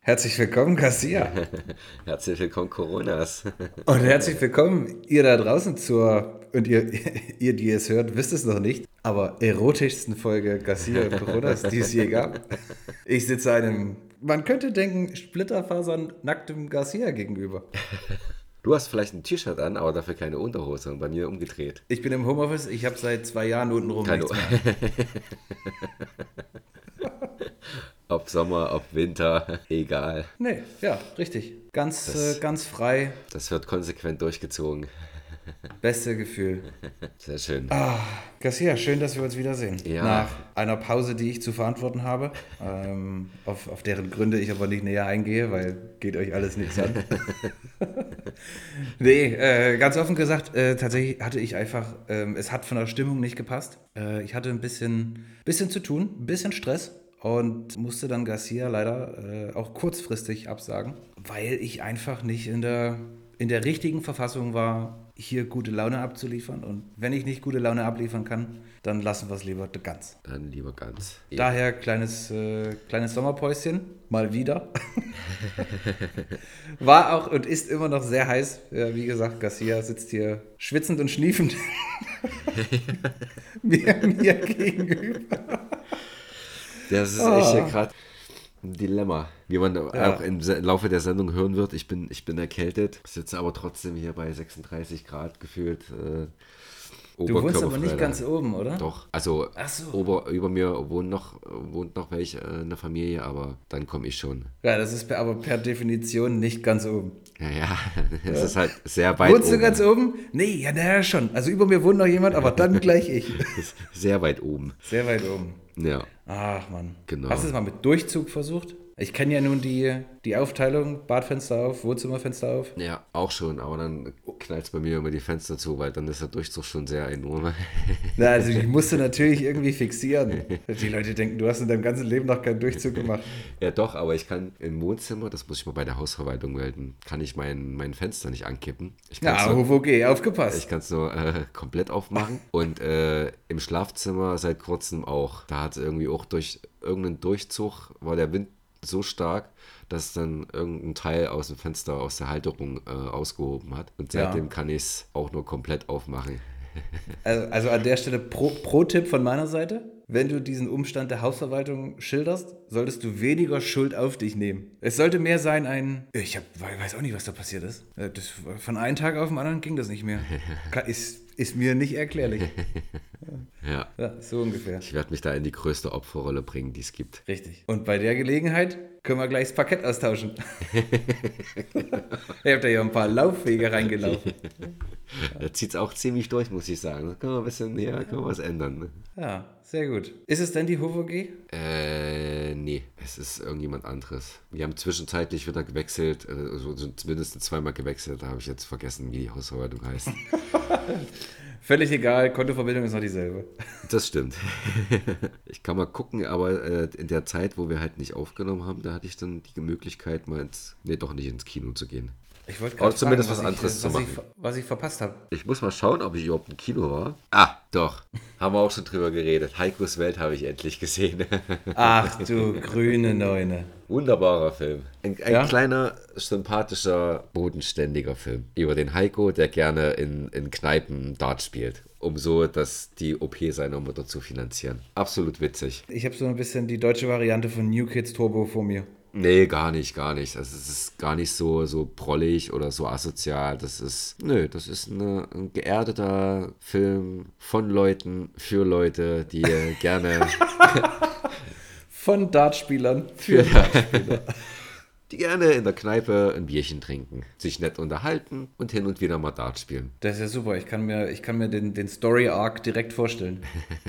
Herzlich willkommen, Garcia. Herzlich willkommen, Coronas. Und herzlich willkommen, ihr da draußen und ihr, die es hört, wisst es noch nicht, aber erotischsten Folge Garcia und Coronas, die es je gab. Ich sitze einem, man könnte denken, splitterfasern nacktem Garcia gegenüber. Du hast vielleicht ein T-Shirt an, aber dafür keine Unterhose und bei mir umgedreht. Ich bin im Homeoffice, ich habe seit 2 Jahren untenrum Keine nichts mehr an. Ob Sommer, ob Winter, egal. Nee, ja, richtig. Ganz frei, Das wird konsequent durchgezogen. beste Gefühl. Sehr schön. Garcia, schön, dass wir uns wiedersehen. Ja. Nach einer Pause, die ich zu verantworten habe, auf deren Gründe ich aber nicht näher eingehe, weil geht euch alles nichts an. Nee, ganz offen gesagt, tatsächlich hatte ich einfach, es hat von der Stimmung nicht gepasst. Ich hatte ein bisschen zu tun, ein bisschen Stress und musste dann Garcia leider auch kurzfristig absagen, weil ich einfach nicht in der richtigen Verfassung war, hier gute Laune abzuliefern. Und wenn ich nicht gute Laune abliefern kann, dann lassen wir es lieber ganz. Dann lieber ganz. Daher kleines Sommerpäuschen, mal wieder. War auch und ist immer noch sehr heiß. Ja, wie gesagt, Garcia sitzt hier schwitzend und schniefend mir gegenüber. Das ist echt hier gerade ein Dilemma. Wie man auch im Laufe der Sendung hören wird, ich bin erkältet, sitze aber trotzdem hier bei 36 Grad gefühlt. Du wohnst aber nicht Oberkörperfrei. ganz oben, oder? Doch, also Ach so. über mir wohnt noch welche, eine Familie, aber dann komme ich schon. Ja, das ist aber per Definition nicht ganz oben. Ja, es ist halt sehr weit Wohnst du oben. ganz oben? Nee, ja, naja, schon. Also über mir wohnt noch jemand, aber dann gleich ich. Sehr weit oben. Sehr weit oben. Ja, Ach Mann. Genau. Hast du es mal mit Durchzug versucht? Ich kenne ja nun die Aufteilung, Badfenster auf, Wohnzimmerfenster auf. ja, auch schon, aber dann knallt es bei mir immer die Fenster zu, weil dann ist der Durchzug schon sehr enorm. Na, also ich musste natürlich irgendwie fixieren. Die Leute denken, du hast in deinem ganzen Leben noch keinen Durchzug gemacht. Ja doch, aber ich kann im Wohnzimmer, das muss ich mal bei der Hausverwaltung melden, kann ich mein Fenster nicht ankippen. Ich kann Ja, okay, aufgepasst. Ich kann es nur komplett aufmachen. Und im Schlafzimmer seit kurzem auch. Da hat irgendwie auch durch irgendeinen Durchzug, war der Wind so stark, dass dann irgendein Teil aus dem Fenster, aus der Halterung ausgehoben hat. Und seitdem kann ich es auch nur komplett aufmachen. Also an der Stelle Pro-Tipp von meiner Seite. Wenn du diesen Umstand der Hausverwaltung schilderst, solltest du weniger Schuld auf dich nehmen. Es sollte mehr sein weiß auch nicht, was da passiert ist. Von einem Tag auf den anderen ging das nicht mehr. Ist mir nicht erklärlich. Ja. Ja, so ungefähr. Ich werde mich da in die größte Opferrolle bringen, die es gibt. Richtig. Und bei der Gelegenheit können wir gleich das Parkett austauschen. Ihr habt da ja ein paar Laufwege reingelaufen. Da zieht es auch ziemlich durch, muss ich sagen. Da können wir ein bisschen können wir was ändern. Ne? Ja, sehr gut. Ist es denn die HOVG? Nee, es ist irgendjemand anderes. Wir haben zwischenzeitlich wieder gewechselt, also zumindest zweimal gewechselt, da habe ich jetzt vergessen, wie die Hausverwaltung heißt. Völlig egal, Kontoverbindung ist noch dieselbe. Das stimmt. Ich kann mal gucken, aber in der Zeit, wo wir halt nicht aufgenommen haben, da hatte ich dann die Möglichkeit, doch nicht ins Kino zu gehen. Ich wollte Oder gerade zumindest fragen, was anderes zu machen. was ich verpasst habe. Ich muss mal schauen, ob ich überhaupt im Kino war. Ah, doch. Haben wir auch schon drüber geredet. Heikos Welt habe ich endlich gesehen. Ach du grüne Neune. Wunderbarer Film. Ein Ja? kleiner, sympathischer, bodenständiger Film. Über den Heiko, der gerne in Kneipen Dart spielt. Um so die OP seiner Mutter zu finanzieren. Absolut witzig. Ich habe so ein bisschen die deutsche Variante von New Kids Turbo vor mir. Nee, gar nicht. Also es ist gar nicht so prollig oder so asozial. Das ist ein geerdeter Film von Leuten, für Leute, die gerne Von Dartspielern für Dartspieler. die gerne in der Kneipe ein Bierchen trinken, sich nett unterhalten und hin und wieder mal Dart spielen. Das ist ja super. Ich kann mir den Story-Arc direkt vorstellen.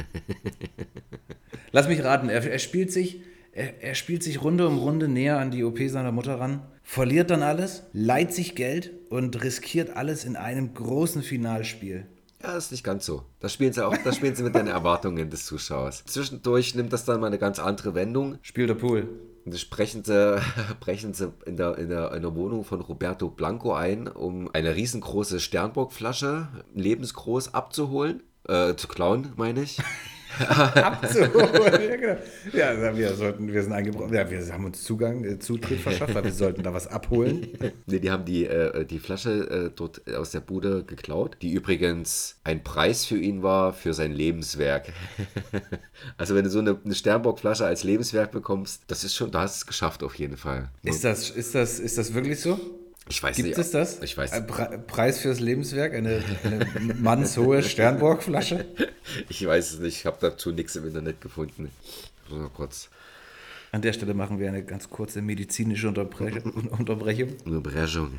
Lass mich raten. Er spielt sich Runde um Runde näher an die OP seiner Mutter ran, verliert dann alles, leiht sich Geld und riskiert alles in einem großen Finalspiel. Ja, ist nicht ganz so. Das spielen sie mit den Erwartungen des Zuschauers. Zwischendurch nimmt das dann mal eine ganz andere Wendung. Spielt der Pool. Und das brechen sie in der Wohnung von Roberto Blanco ein, um eine riesengroße Sternburg-Flasche lebensgroß abzuholen. Zu klauen, meine ich. abzuholen. Ja, genau. Ja, wir sind eingebrochen. Ja, wir haben uns Zutritt verschafft, weil wir sollten da was abholen. Nee, die haben die Flasche dort aus der Bude geklaut, die übrigens ein Preis für ihn war, für sein Lebenswerk. Also wenn du so eine Sternbock-Flasche als Lebenswerk bekommst, das ist schon, da hast du es geschafft auf jeden Fall. Ist das wirklich so? Ich weiß Gibt nicht. es das? Ich weiß Ein Preis fürs Lebenswerk? Eine mannshohe Sternburg-Flasche? Ich weiß es nicht, ich habe dazu nichts im Internet gefunden. So kurz. An der Stelle machen wir eine ganz kurze medizinische Unterbrechung. Unterbrechung.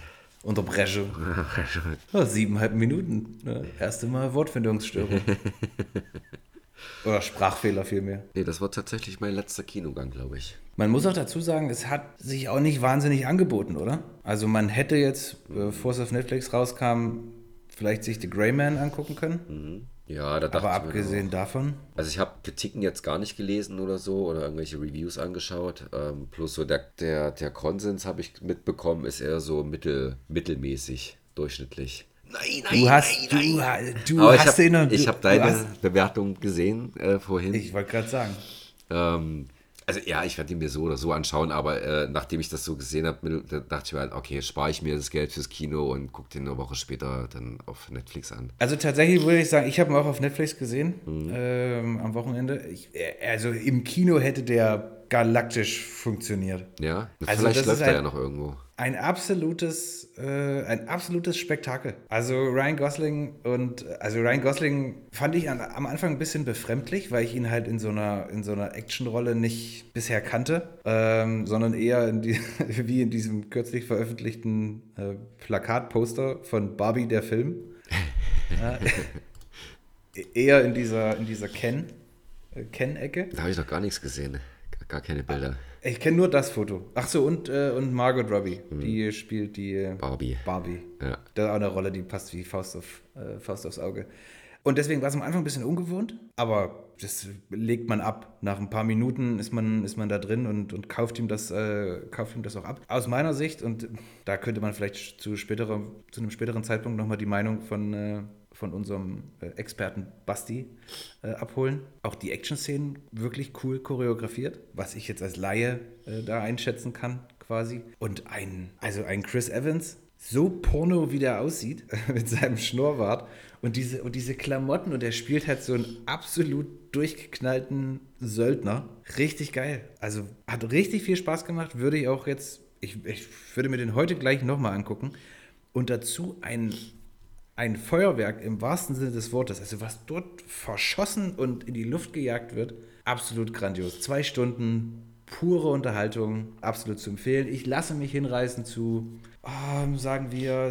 Oh, 7,5 Minuten. Ne? Erste Mal Wortfindungsstörung. Oder Sprachfehler vielmehr. Nee, das war tatsächlich mein letzter Kinogang, glaube ich. Man muss auch dazu sagen, es hat sich auch nicht wahnsinnig angeboten, oder? Also man hätte jetzt, bevor es auf Netflix rauskam, vielleicht sich The Gray Man angucken können. Ja, da dachte Aber ich mir abgesehen davon, Also ich habe Kritiken jetzt gar nicht gelesen oder so oder irgendwelche Reviews angeschaut. Plus so der Konsens habe ich mitbekommen, ist eher so mittelmäßig, durchschnittlich. du hast Aber den und ich hab deine Bewertung gesehen vorhin. Ich wollte gerade sagen. Also ja, ich werde ihn mir so oder so anschauen, aber nachdem ich das so gesehen habe, dachte ich mir halt, okay, spare ich mir das Geld fürs Kino und gucke den eine Woche später dann auf Netflix an. Also tatsächlich würde ich sagen, ich habe ihn auch auf Netflix gesehen am Wochenende. Also im Kino hätte der galaktisch funktioniert. Ja, Also vielleicht das läuft ist er ja noch irgendwo. Ein absolutes Spektakel. Also Ryan Gosling fand ich am Anfang ein bisschen befremdlich, weil ich ihn halt in so einer Actionrolle nicht bisher kannte, sondern eher wie in diesem kürzlich veröffentlichten Plakatposter von Barbie, der Film. Eher in dieser Ken-Ecke. Da habe ich noch gar nichts gesehen. Gar keine Bilder. Ich kenne nur das Foto. Ach so, und Margot Robbie, die spielt die Barbie. Ja. Das ist auch eine Rolle, die passt wie Faust aufs Auge. Und deswegen war es am Anfang ein bisschen ungewohnt, aber das legt man ab. Nach ein paar Minuten ist man da drin und kauft ihm das auch ab. Aus meiner Sicht, und da könnte man vielleicht zu einem späteren Zeitpunkt nochmal die Meinung von unserem Experten Basti abholen. Auch die Action-Szenen wirklich cool choreografiert, was ich jetzt als Laie da einschätzen kann quasi. Und ein Chris Evans, so porno wie der aussieht, mit seinem Schnurrbart und diese Klamotten, und er spielt halt so einen absolut durchgeknallten Söldner. Richtig geil. Also hat richtig viel Spaß gemacht, würde ich auch jetzt, ich würde mir den heute gleich nochmal angucken. Und dazu ein Feuerwerk im wahrsten Sinne des Wortes, also was dort verschossen und in die Luft gejagt wird, absolut grandios. 2 Stunden pure Unterhaltung, absolut zu empfehlen. Ich lasse mich hinreißen zu, sagen wir,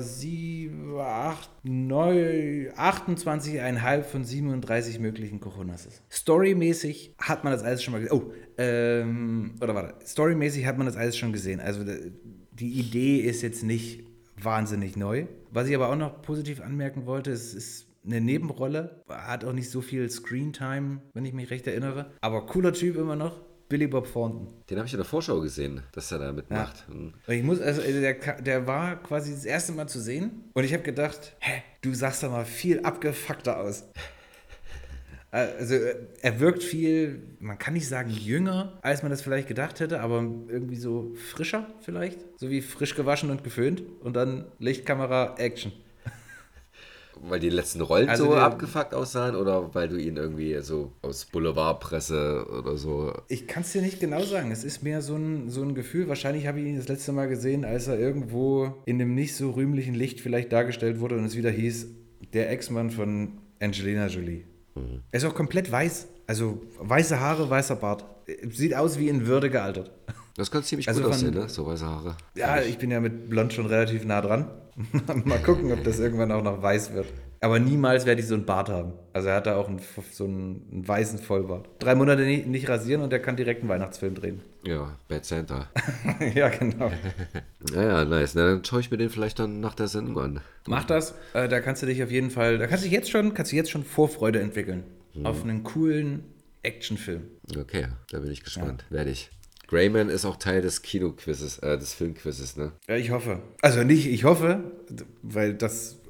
28,5 von 37 möglichen Cojonasses. Storymäßig hat man das alles schon mal gesehen. Storymäßig hat man das alles schon gesehen. Also die Idee ist jetzt nicht wahnsinnig neu. Was ich aber auch noch positiv anmerken wollte, es ist eine Nebenrolle, hat auch nicht so viel Screentime, wenn ich mich recht erinnere. Aber cooler Typ immer noch, Billy Bob Thornton. Den habe ich in der Vorschau gesehen, dass er da mitmacht. Ja. Der war quasi das erste Mal zu sehen und ich habe gedacht, du sahst da mal viel abgefuckter aus. Also er wirkt viel, man kann nicht sagen jünger, als man das vielleicht gedacht hätte, aber irgendwie so frischer vielleicht. So wie frisch gewaschen und geföhnt und dann Lichtkamera, Action. Weil die letzten Rollen so abgefuckt aussahen oder weil du ihn irgendwie so aus Boulevardpresse oder so... Ich kann es dir nicht genau sagen. Es ist mehr so ein Gefühl. Wahrscheinlich habe ich ihn das letzte Mal gesehen, als er irgendwo in einem nicht so rühmlichen Licht vielleicht dargestellt wurde und es wieder hieß, der Ex-Mann von Angelina Jolie. Er ist auch komplett weiß. Also weiße Haare, weißer Bart. Sieht aus wie in Würde gealtert. Das kann ziemlich gut aussehen, ne? So weiße Haare. Ja, ich bin ja mit Blond schon relativ nah dran. Mal gucken, ob das irgendwann auch noch weiß wird. Aber niemals werde ich so einen Bart haben. Also er hat da auch so einen weißen Vollbart. 3 Monate nicht rasieren und er kann direkt einen Weihnachtsfilm drehen. Ja, Bad Santa. Ja, genau. Ja, nice. Na, dann schaue ich mir den vielleicht dann nach der Sendung an. Mach das. Da kannst du dich auf jeden Fall, da kannst du jetzt schon Vorfreude entwickeln. Auf einen coolen Actionfilm. Okay, da bin ich gespannt. Ja. Werde ich. Greyman ist auch Teil des Kinoquizzes, des Filmquizzes, ne? Ja, ich hoffe. Also nicht, ich hoffe, weil das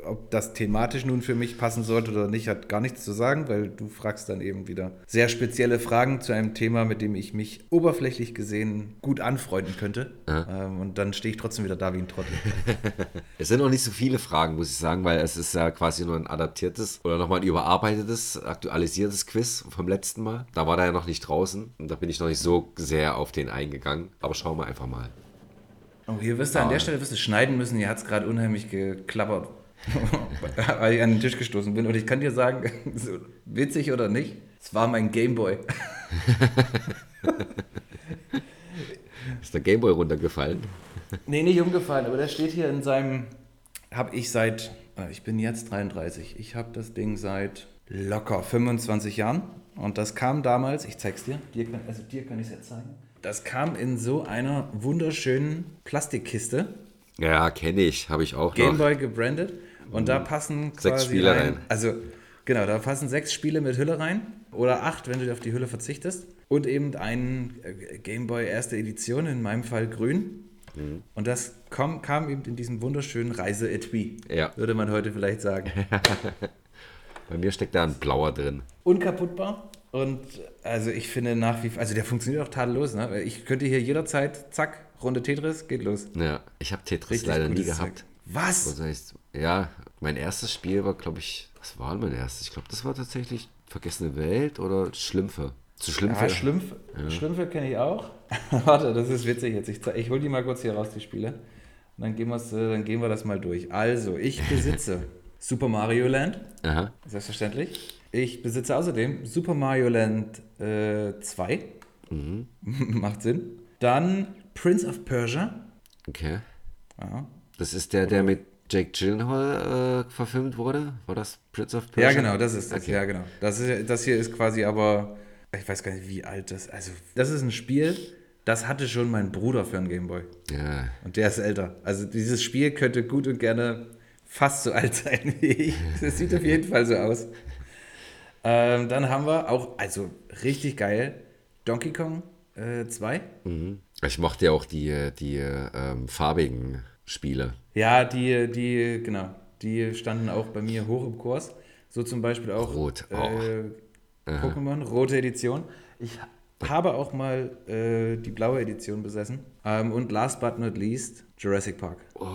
ob das thematisch nun für mich passen sollte oder nicht, hat gar nichts zu sagen, weil du fragst dann eben wieder sehr spezielle Fragen zu einem Thema, mit dem ich mich oberflächlich gesehen gut anfreunden könnte. Und dann stehe ich trotzdem wieder da wie ein Trottel. Es sind noch nicht so viele Fragen, muss ich sagen, weil es ist ja quasi nur ein adaptiertes oder nochmal ein überarbeitetes, aktualisiertes Quiz vom letzten Mal. Da war der ja noch nicht draußen und da bin ich noch nicht so sehr auf den eingegangen. Aber schauen wir einfach mal. Oh, hier wirst du an der Stelle schneiden müssen. Hier hat es gerade unheimlich geklappert, weil ich an den Tisch gestoßen bin. Und ich kann dir sagen, so witzig oder nicht, es war mein Gameboy. Ist der Gameboy runtergefallen? Nee, nicht umgefallen, aber der steht hier in seinem, ich bin jetzt 33, ich habe das Ding seit locker 25 Jahren. Und das kam damals, ich zeig's dir, dir kann ich es jetzt zeigen. Das kam in so einer wunderschönen Plastikkiste. Ja, kenne ich, habe ich auch noch. Gameboy gebrandet. Und da passen quasi 6 Spiele rein. Also, genau, da passen 6 Spiele mit Hülle rein. Oder 8, wenn du auf die Hülle verzichtest. Und eben ein Gameboy erste Edition, in meinem Fall grün. Und das kam eben in diesem wunderschönen Reise-Etui. Ja. Würde man heute vielleicht sagen. Bei mir steckt da ein blauer drin. Unkaputtbar. Und also ich finde also der funktioniert auch tadellos. Ne? Ich könnte hier jederzeit, zack, Runde Tetris, geht los. Ja, ich habe Tetris Richtig leider nie gutes gehabt. Zeug. Was? Was heißt, ja, mein erstes Spiel war, glaube ich, was war mein erstes? Ich glaube, das war tatsächlich Vergessene Welt oder Schlümpfe. Zu Schlümpfe? Ja, Schlümpfe kenne ich auch. Warte, das ist witzig jetzt. Ich hole die mal kurz hier raus, die Spiele. Und dann gehen wir das mal durch. Also, ich besitze Super Mario Land. Aha. Selbstverständlich. Ich besitze außerdem Super Mario Land 2. Macht Sinn. Dann Prince of Persia. Okay. Ja. Das ist der mit Jake Gyllenhaal verfilmt wurde? War das Prince of Persia? Ja, genau, das ist das. Okay. Ja, genau. Das hier ist quasi aber, ich weiß gar nicht, wie alt das ist. Also, das ist ein Spiel, das hatte schon mein Bruder für einen Gameboy. Ja. Und der ist älter. Also, dieses Spiel könnte gut und gerne fast so alt sein wie ich. Das sieht auf jeden Fall so aus. Dann haben wir auch, also richtig geil, Donkey Kong 2. Ich mochte ja auch die farbigen Spiele. Ja, genau, die standen auch bei mir hoch im Kurs. So zum Beispiel auch Rot. Pokémon, rote Edition. Ich habe auch mal die blaue Edition besessen. Und last but not least, Jurassic Park. Oh,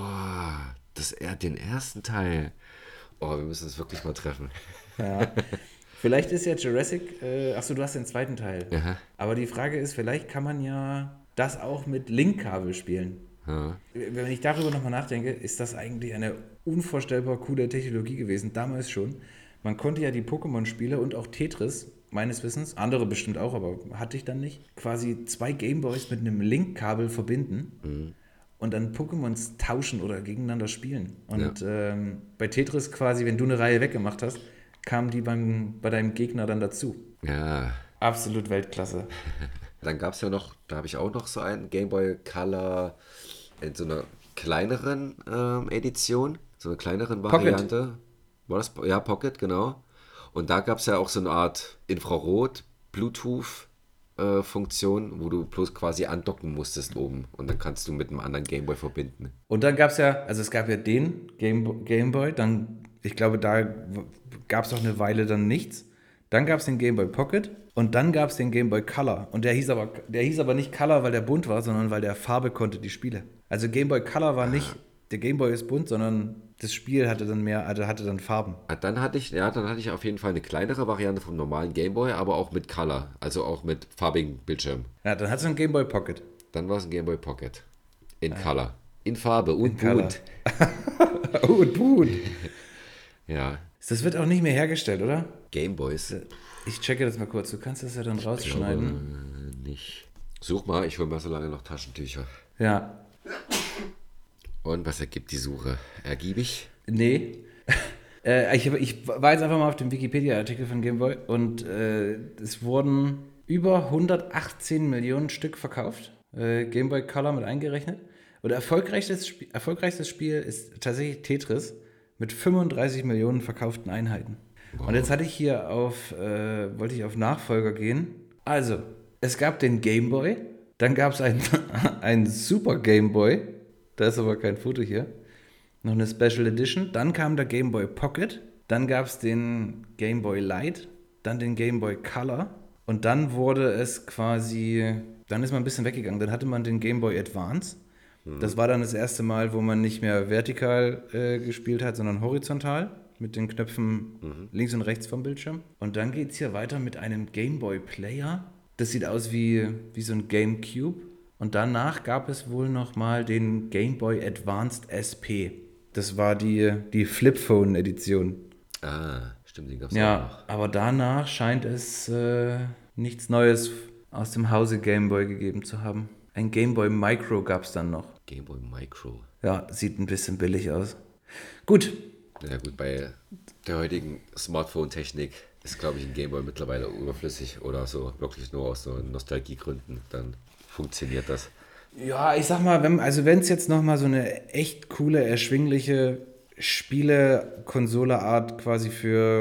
den ersten Teil. Oh, wir müssen uns wirklich mal treffen. Ja. Vielleicht ist ja Jurassic, achso, du hast den zweiten Teil. Aha. Aber die Frage ist, vielleicht kann man ja das auch mit Linkkabel spielen. Ja. Wenn ich darüber nochmal nachdenke, ist das eigentlich eine unvorstellbar coole Technologie gewesen, damals schon. Man konnte ja die Pokémon-Spiele und auch Tetris, meines Wissens, andere bestimmt auch, aber hatte ich dann nicht, quasi 2 Gameboys mit einem Linkkabel verbinden und dann Pokémons tauschen oder gegeneinander spielen. Und bei Tetris quasi, wenn du eine Reihe weggemacht hast, kamen die bei deinem Gegner dann dazu. Ja. Absolut Weltklasse. Dann gab es ja noch, da habe ich auch noch so einen Game Boy Color in so einer kleineren Edition, so einer kleineren Variante. War das? Ja, Pocket, genau. Und da gab es ja auch so eine Art Infrarot-Bluetooth-Funktion, wo du bloß quasi andocken musstest oben. Und dann kannst du mit einem anderen Gameboy verbinden. Und dann gab es ja, also es gab ja den Gameboy, dann, ich glaube, da gab es auch eine Weile dann nichts. Dann gab es den Game Boy Pocket und dann gab es den Game Boy Color. Und der hieß aber nicht Color, weil der bunt war, sondern weil der Farbe konnte, die Spiele. Also Game Boy Color war nicht, der Game Boy ist bunt, sondern das Spiel hatte dann Farben. Dann hatte ich auf jeden Fall eine kleinere Variante vom normalen Game Boy, aber auch mit Color, also auch mit farbigen Bildschirm. Ja, dann hattest du einen Game Boy Pocket. Dann war es ein Game Boy Pocket. In Color. In Farbe und bunt. Und bunt. Ja. Das wird auch nicht mehr hergestellt, oder? Gameboys. Ich checke das mal kurz. Du kannst das ja dann rausschneiden. Ich glaube nicht. Such mal, ich hole mal so lange noch Taschentücher. Ja. Und was ergibt die Suche? Ergiebig? Nee. Ich war jetzt einfach mal auf dem Wikipedia-Artikel von Game Boy und es wurden über 118 Millionen Stück verkauft. Game Boy Color mit eingerechnet. Und erfolgreichstes Spiel ist tatsächlich Tetris mit 35 Millionen verkauften Einheiten. Wow. Und jetzt wollte ich auf Nachfolger gehen. Also, es gab den Game Boy, dann gab es einen Super Game Boy, da ist aber kein Foto hier. noch eine Special Edition. Dann kam der Game Boy Pocket. Dann gab es den Game Boy Light. Dann den Game Boy Color. Und dann wurde es quasi, dann ist man ein bisschen weggegangen. Dann hatte man den Game Boy Advance. Das war dann das erste Mal, wo man nicht mehr vertikal gespielt hat, sondern horizontal mit den Knöpfen links und rechts vom Bildschirm. Und dann geht es hier weiter mit einem Game Boy Player. Das sieht aus wie so ein GameCube. Und danach gab es wohl nochmal den Game Boy Advanced SP. Das war die Flip-Phone-Edition. Ah, stimmt, den gab es auch Ja, noch. aber danach scheint es nichts Neues aus dem Hause Game Boy gegeben zu haben. Ein Game Boy Micro gab es dann noch. Game Boy Micro. Ja, sieht ein bisschen billig aus. Gut, Ja gut, bei der heutigen Smartphone-Technik ist, glaube ich, ein Game Boy mittlerweile überflüssig oder so wirklich nur aus so Nostalgiegründen. Dann funktioniert das. ja, ich sag mal, wenn es jetzt nochmal so eine echt coole, erschwingliche Spiele-Konsole-Art quasi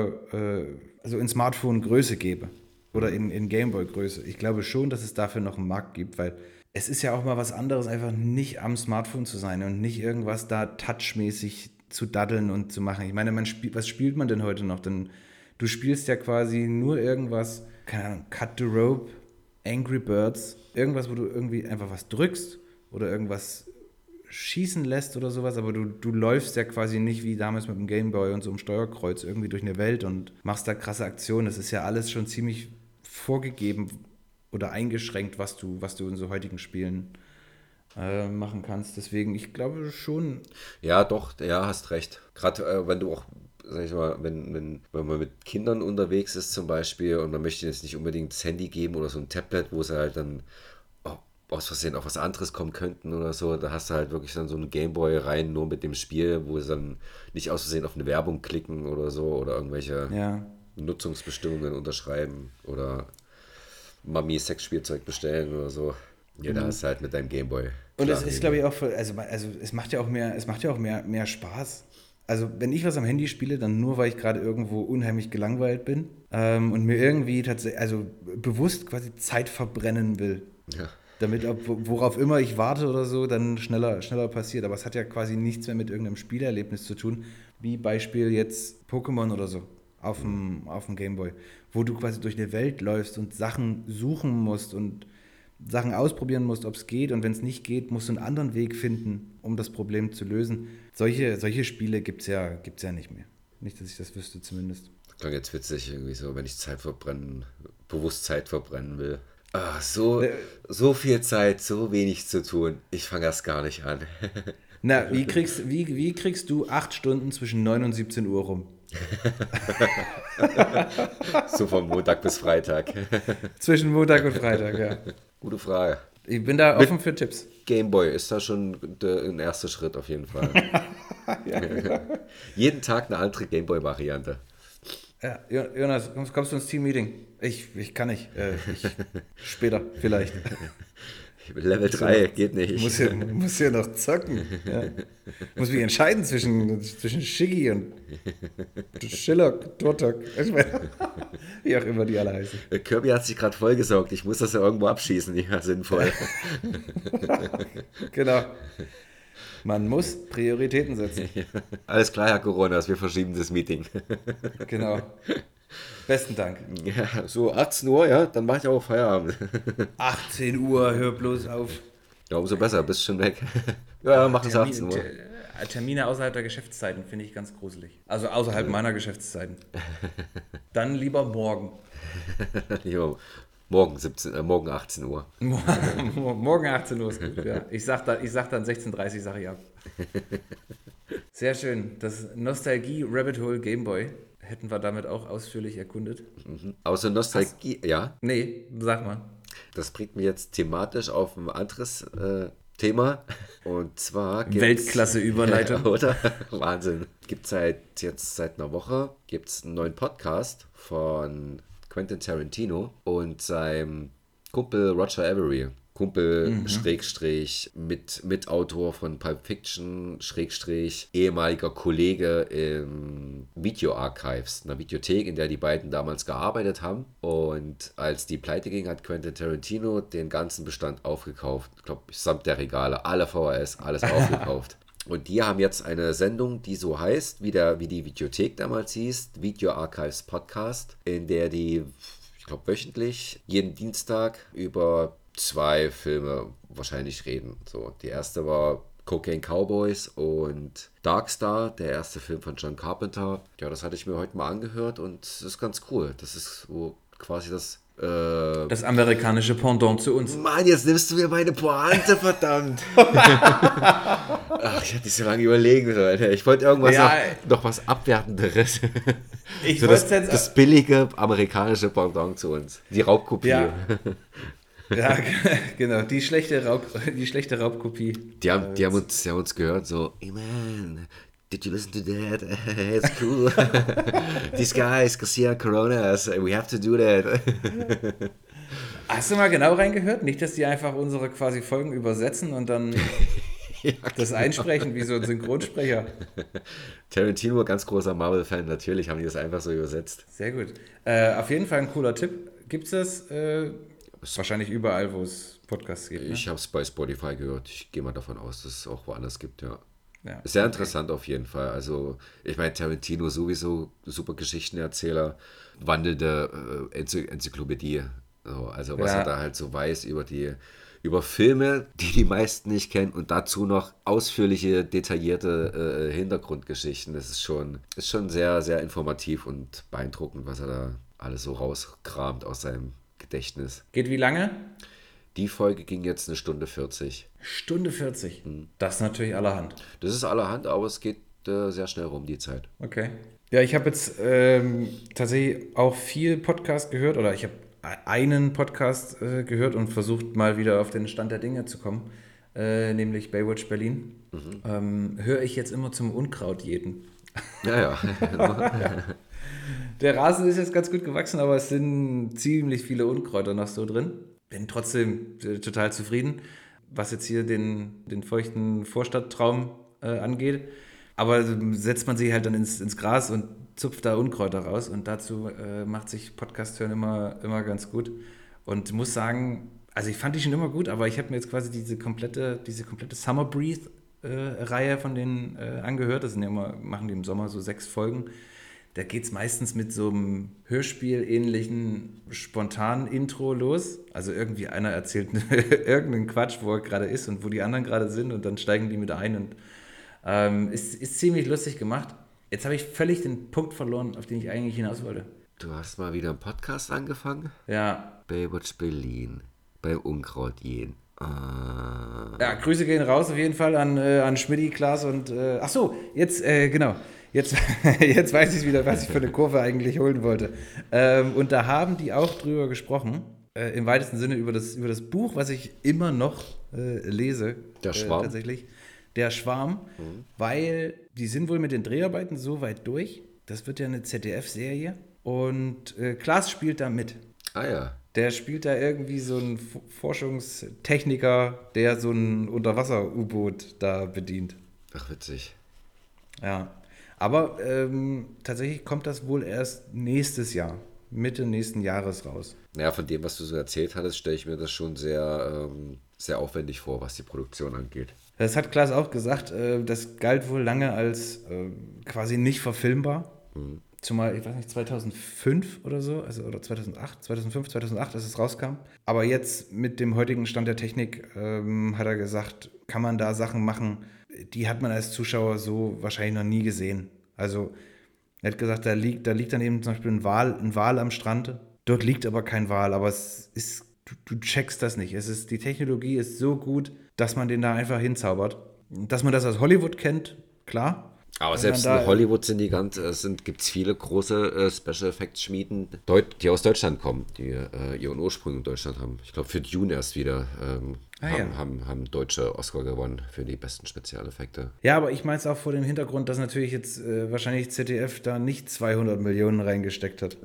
also in Smartphone-Größe gäbe oder in Gameboy-Größe. Ich glaube schon, dass es dafür noch einen Markt gibt, weil es ist ja auch mal was anderes, einfach nicht am Smartphone zu sein und nicht irgendwas da touchmäßig zu daddeln und zu machen. Ich meine, was spielt man denn heute noch? Denn du spielst ja quasi nur irgendwas, keine Ahnung, Cut the Rope, Angry Birds, irgendwas, wo du irgendwie einfach was drückst oder irgendwas schießen lässt oder sowas, aber du läufst ja quasi nicht wie damals mit dem Gameboy und so einem Steuerkreuz irgendwie durch eine Welt und machst da krasse Aktionen. Das ist ja alles schon ziemlich vorgegeben oder eingeschränkt, was du in so heutigen Spielen machen kannst. Deswegen, ich glaube schon. Ja, doch, ja, hast recht. Gerade wenn du auch, sag ich mal, wenn man mit Kindern unterwegs ist zum Beispiel und man möchte jetzt nicht unbedingt das Handy geben oder so ein Tablet, wo sie halt dann aus Versehen auf was anderes kommen könnten oder so, da hast du halt wirklich dann so einen Gameboy rein, nur mit dem Spiel, wo sie dann nicht aus Versehen auf eine Werbung klicken oder so oder irgendwelche Ja. Nutzungsbestimmungen unterschreiben oder Mami Sexspielzeug bestellen oder so. Ja, da hast du halt mit deinem Gameboy. Und es klar, ist, glaube ich, auch also es macht ja auch mehr Spaß. Also wenn ich was am Handy spiele, dann nur, weil ich gerade irgendwo unheimlich gelangweilt bin und mir irgendwie tatsächlich, also bewusst quasi Zeit verbrennen will. Ja. Damit, worauf immer ich warte oder so, dann schneller passiert. Aber es hat ja quasi nichts mehr mit irgendeinem Spielerlebnis zu tun, wie Beispiel jetzt Pokémon oder so auf dem Gameboy, wo du quasi durch eine Welt läufst und Sachen suchen musst und Sachen ausprobieren musst, ob es geht. Und wenn es nicht geht, musst du einen anderen Weg finden, um das Problem zu lösen. Solche Spiele gibt's ja nicht mehr. Nicht, dass ich das wüsste zumindest. Das klang jetzt witzig, irgendwie so, wenn ich bewusst Zeit verbrennen will. Ah, so viel Zeit, so wenig zu tun. Ich fange erst gar nicht an. Na, wie kriegst du 8 Stunden zwischen 9 und 17 Uhr rum? So von Montag bis Freitag. Zwischen Montag und Freitag, ja. Gute Frage. Ich bin da offen für Tipps. Gameboy ist da schon ein erster Schritt auf jeden Fall. Jeden Tag eine andere Gameboy-Variante. Ja, Jonas, kommst du ins Team-Meeting? Ich kann nicht. Später, vielleicht. Level 3 geht nicht. Muss hier noch zocken. Ja. Muss mich entscheiden zwischen Shiggy und Shillock, Turtok. Wie auch immer die alle heißen. Kirby hat sich gerade vollgesaugt. Ich muss das ja irgendwo abschießen. Ja, sinnvoll. Genau. Man muss Prioritäten setzen. Alles klar, Herr Coronas, wir verschieben das Meeting. Genau. Besten Dank. Ja, so 18 Uhr, ja, dann mache ich auch Feierabend. 18 Uhr, hör bloß auf. Ja, umso besser, bist schon weg. Ja, mach das 18 Uhr. Termine außerhalb der Geschäftszeiten finde ich ganz gruselig. Also außerhalb meiner Geschäftszeiten. Dann lieber morgen. Jo, morgen 18 Uhr. Morgen 18 Uhr ist gut, ja. Ich sag dann 16:30 Uhr, sage ich ab. Sehr schön. Das Nostalgie-Rabbit Hole Gameboy hätten wir damit auch ausführlich erkundet. Außer Nostalgie, ja. Nee, sag mal. Das bringt mich jetzt thematisch auf ein anderes Thema. Und zwar gibt's, Weltklasse-Überleitung. Oder? Wahnsinn. Gibt seit einer Woche einen neuen Podcast von Quentin Tarantino und seinem Kumpel Roger Avery. Schrägstrich, Mitautor von Pulp Fiction, Schrägstrich, ehemaliger Kollege im Video Archives, einer Videothek, in der die beiden damals gearbeitet haben. Und als die pleite ging, hat Quentin Tarantino den ganzen Bestand aufgekauft. Ich glaube, samt der Regale, alle VHS, alles aufgekauft. Und die haben jetzt eine Sendung, die so heißt, wie die Videothek damals hieß, Video Archives Podcast, in der die, ich glaube, wöchentlich, jeden Dienstag über 2 Filme wahrscheinlich reden. So, die erste war Cocaine Cowboys und Darkstar, der erste Film von John Carpenter. Ja, das hatte ich mir heute mal angehört und es ist ganz cool. Das ist so quasi das. Das amerikanische Pendant zu uns. Mann, jetzt nimmst du mir meine Pointe, verdammt. Ach, ich hatte nicht so lange überlegen sollen. Ich wollte irgendwas noch was Abwertenderes. Ich so das billige amerikanische Pendant zu uns. Die Raubkopie. Ja, genau. Die schlechte Raubkopie. Die haben uns gehört, so, hey man, did you listen to that? It's cool. These guys, Garcia Coronas, we have to do that. Hast du mal genau reingehört? Nicht, dass die einfach unsere quasi Folgen übersetzen und dann das einsprechen wie so ein Synchronsprecher. Tarantino, ganz großer Marvel-Fan, natürlich haben die das einfach so übersetzt. Sehr gut. Auf jeden Fall ein cooler Tipp. Gibt es das wahrscheinlich überall, wo es Podcasts gibt? Ne? Ich habe es bei Spotify gehört. Ich gehe mal davon aus, dass es auch woanders gibt, ja. Ja, sehr interessant auf jeden Fall. Also, ich meine, Tarantino sowieso super Geschichtenerzähler, wandelnde Enzyklopädie. Also, was er da halt so weiß über Filme, die meisten nicht kennen und dazu noch ausführliche, detaillierte Hintergrundgeschichten. Das ist schon sehr, sehr informativ und beeindruckend, was er da alles so rauskramt aus seinem Gedächtnis. Geht wie lange? Die Folge ging jetzt 1:40. Stunde 40. Das ist natürlich allerhand. Das ist allerhand, aber es geht sehr schnell rum, die Zeit. Okay. Ja, ich habe jetzt tatsächlich auch viel Podcast gehört oder ich habe einen Podcast gehört und versucht mal wieder auf den Stand der Dinge zu kommen, nämlich Baywatch Berlin. Höre ich jetzt immer zum Unkraut jeden. Ja. Der Rasen ist jetzt ganz gut gewachsen, aber es sind ziemlich viele Unkräuter noch so drin. Bin trotzdem total zufrieden, was jetzt hier den feuchten Vorstadttraum angeht. Aber setzt man sich halt dann ins Gras und zupft da Unkräuter raus. Und dazu macht sich Podcast hören immer ganz gut. Und muss sagen, also ich fand die schon immer gut, aber ich habe mir jetzt quasi diese komplette Summer Breeze Reihe von denen angehört. Das sind ja immer, machen die im Sommer so 6 Folgen. Da geht es meistens mit so einem Hörspiel-ähnlichen spontanen Intro los. Also irgendwie einer erzählt irgendeinen Quatsch, wo er gerade ist und wo die anderen gerade sind und dann steigen die mit ein. Und ist ziemlich lustig gemacht. Jetzt habe ich völlig den Punkt verloren, auf den ich eigentlich hinaus wollte. Du hast mal wieder einen Podcast angefangen? Ja. Baywatch Berlin, bei Unkrautjen. Ja, Grüße gehen raus auf jeden Fall an Schmidti, Klaas und ach so, jetzt, genau. Jetzt weiß ich wieder, was ich für eine Kurve eigentlich holen wollte. Und da haben die auch drüber gesprochen, im weitesten Sinne über das Buch, was ich immer noch lese. Der Schwarm. Tatsächlich. Der Schwarm, weil die sind wohl mit den Dreharbeiten so weit durch. Das wird ja eine ZDF-Serie. Und Klaas spielt da mit. Ah ja. Der spielt da irgendwie so einen Forschungstechniker, der so ein Unterwasser-U-Boot da bedient. Ach, witzig. Ja. Aber tatsächlich kommt das wohl erst nächstes Jahr, Mitte nächsten Jahres raus. Ja, von dem, was du so erzählt hattest, stelle ich mir das schon sehr, sehr aufwendig vor, was die Produktion angeht. Das hat Klaas auch gesagt, das galt wohl lange als quasi nicht verfilmbar. Zumal, ich weiß nicht, 2005 oder so, also oder 2005, 2008, als es rauskam. Aber jetzt mit dem heutigen Stand der Technik hat er gesagt, kann man da Sachen machen, die hat man als Zuschauer so wahrscheinlich noch nie gesehen. Also er hat gesagt, da liegt dann eben zum Beispiel ein Wal am Strand. Dort liegt aber kein Wal, aber es ist, du checkst das nicht. Die Technologie ist so gut, dass man den da einfach hinzaubert. Dass man das aus Hollywood kennt, klar. Aber selbst in Hollywood gibt es viele große Special Effects Schmieden, die aus Deutschland kommen, die ihren Ursprung in Deutschland haben. Ich glaube, für Dune erst wieder haben deutsche Oscar gewonnen für die besten Spezialeffekte. Ja, aber ich meine es auch vor dem Hintergrund, dass natürlich jetzt wahrscheinlich ZDF da nicht 200 Millionen reingesteckt hat.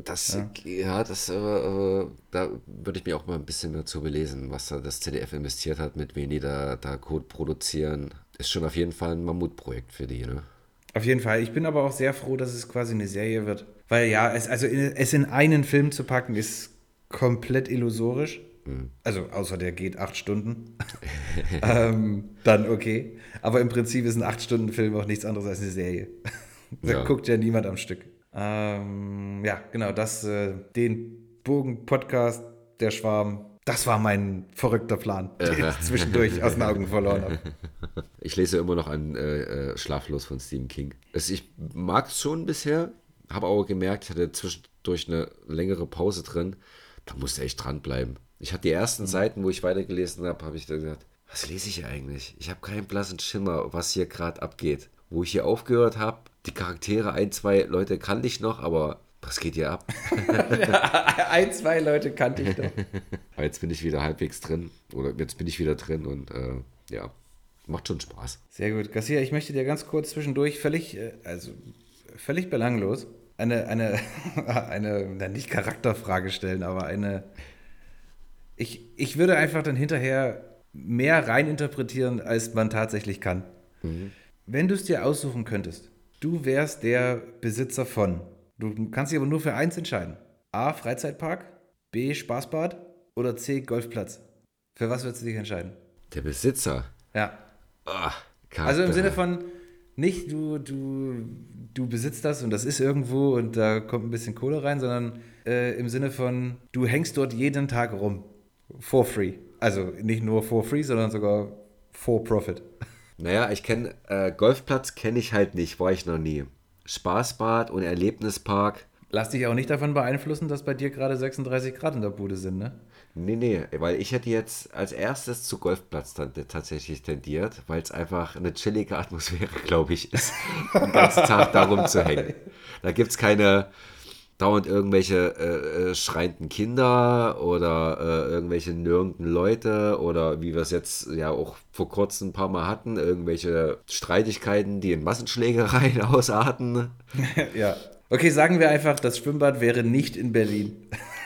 Da würde ich mir auch mal ein bisschen dazu belesen, was da das ZDF investiert hat, mit wen die da Code produzieren. Ist schon auf jeden Fall ein Mammutprojekt für die, ne? Auf jeden Fall. Ich bin aber auch sehr froh, dass es quasi eine Serie wird. Weil ja, es in einen Film zu packen, ist komplett illusorisch. Also außer der geht 8 Stunden, dann okay. Aber im Prinzip ist ein 8-Stunden-Film auch nichts anderes als eine Serie. Da Ja. guckt ja niemand am Stück. Ja, genau, den Bogen-Podcast, der Schwarm, das war mein verrückter Plan, den ich zwischendurch aus den Augen verloren habe. Ich lese immer noch an Schlaflos von Stephen King. Ich mag es schon bisher, habe aber gemerkt, ich hatte zwischendurch eine längere Pause drin. Da musste ich echt dranbleiben. Ich hatte die ersten Seiten, wo ich weitergelesen habe, habe ich dann gesagt, was lese ich eigentlich? Ich habe keinen blassen Schimmer, was hier gerade abgeht. Wo ich hier aufgehört habe, die Charaktere, ein, zwei Leute kannte ich noch, aber was geht hier ab? Ein, zwei Leute kannte ich doch. Aber jetzt bin ich wieder halbwegs drin. Oder jetzt bin ich wieder drin und ja, macht schon Spaß. Sehr gut. Garcia, ich möchte dir ganz kurz zwischendurch völlig belanglos eine nicht Charakterfrage stellen, aber ich würde einfach dann hinterher mehr reininterpretieren, als man tatsächlich kann. Wenn du es dir aussuchen könntest, du wärst der Besitzer von, du kannst dich aber nur für eins entscheiden. A, Freizeitpark, B, Spaßbad oder C, Golfplatz. Für was würdest du dich entscheiden? Der Besitzer. Ja. Ah, Also im Charakter. Sinne von, nicht du besitzt das und das ist irgendwo und da kommt ein bisschen Kohle rein, sondern im Sinne von, du hängst dort jeden Tag rum. For free. Also nicht nur for free, sondern sogar for profit. Naja, Golfplatz kenne ich halt nicht, war ich noch nie. Spaßbad und Erlebnispark. Lass dich auch nicht davon beeinflussen, dass bei dir gerade 36 Grad in der Bude sind, ne? Nee, weil ich hätte jetzt als erstes zu Golfplatz tatsächlich tendiert, weil es einfach eine chillige Atmosphäre, glaube ich, ist, den ganzen Tag da rumzuhängen. Da gibt es keine dauernd irgendwelche schreienden Kinder oder irgendwelche nörgenden Leute oder wie wir es jetzt ja auch vor kurzem ein paar Mal hatten, irgendwelche Streitigkeiten, die in Massenschlägereien ausarten. Ja. Okay, sagen wir einfach, das Schwimmbad wäre nicht in Berlin.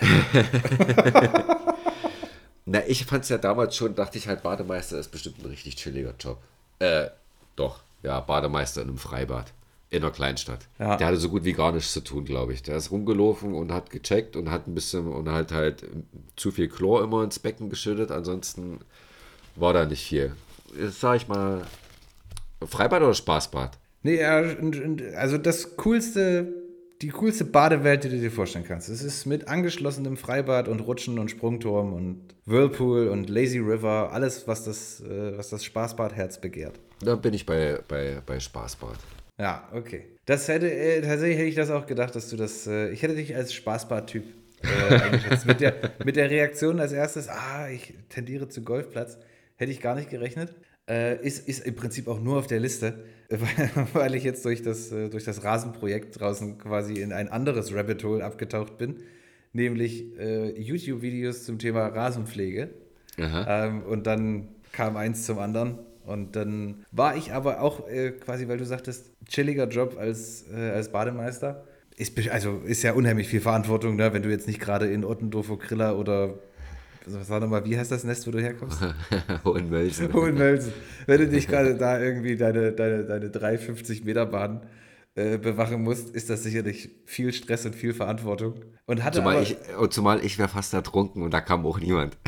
Na, ich fand es ja damals schon, dachte ich halt, Bademeister ist bestimmt ein richtig chilliger Job. Doch, ja, Bademeister in einem Freibad. In einer Kleinstadt. Ja. Der hatte so gut wie gar nichts zu tun, glaube ich. Der ist rumgelaufen und hat gecheckt und hat ein bisschen und halt zu viel Chlor immer ins Becken geschüttet. Ansonsten war da nicht viel. Jetzt sag ich mal, Freibad oder Spaßbad? Nee, ja, also die coolste Badewelt, die du dir vorstellen kannst. Es ist mit angeschlossenem Freibad und Rutschen und Sprungturm und Whirlpool und Lazy River, alles, was das Spaßbadherz begehrt. Da bin ich bei Spaßbad. Ja, okay. Tatsächlich hätte ich das auch gedacht, dass du ich hätte dich als Spaßbad-Typ eingeschätzt. Mit der Reaktion als erstes, ich tendiere zu Golfplatz, hätte ich gar nicht gerechnet. Ist im Prinzip auch nur auf der Liste, weil ich jetzt durch das Rasenprojekt draußen quasi in ein anderes Rabbit Hole abgetaucht bin, nämlich YouTube-Videos zum Thema Rasenpflege. Aha. Und dann kam eins zum anderen. Und dann war ich aber auch quasi, weil du sagtest, chilliger Job als Bademeister. Ist ja unheimlich viel Verantwortung, ne? Wenn du jetzt nicht gerade in Ottendorfer Griller oder, sag nochmal, wie heißt das Nest, wo du herkommst? Hohenmölsen. Hohenmölsen. Wenn du nicht gerade da irgendwie deine 350 Meter Bahn bewachen musst, ist das sicherlich viel Stress und viel Verantwortung. Und hatte Zumal ich wäre fast ertrunken und da kam auch niemand.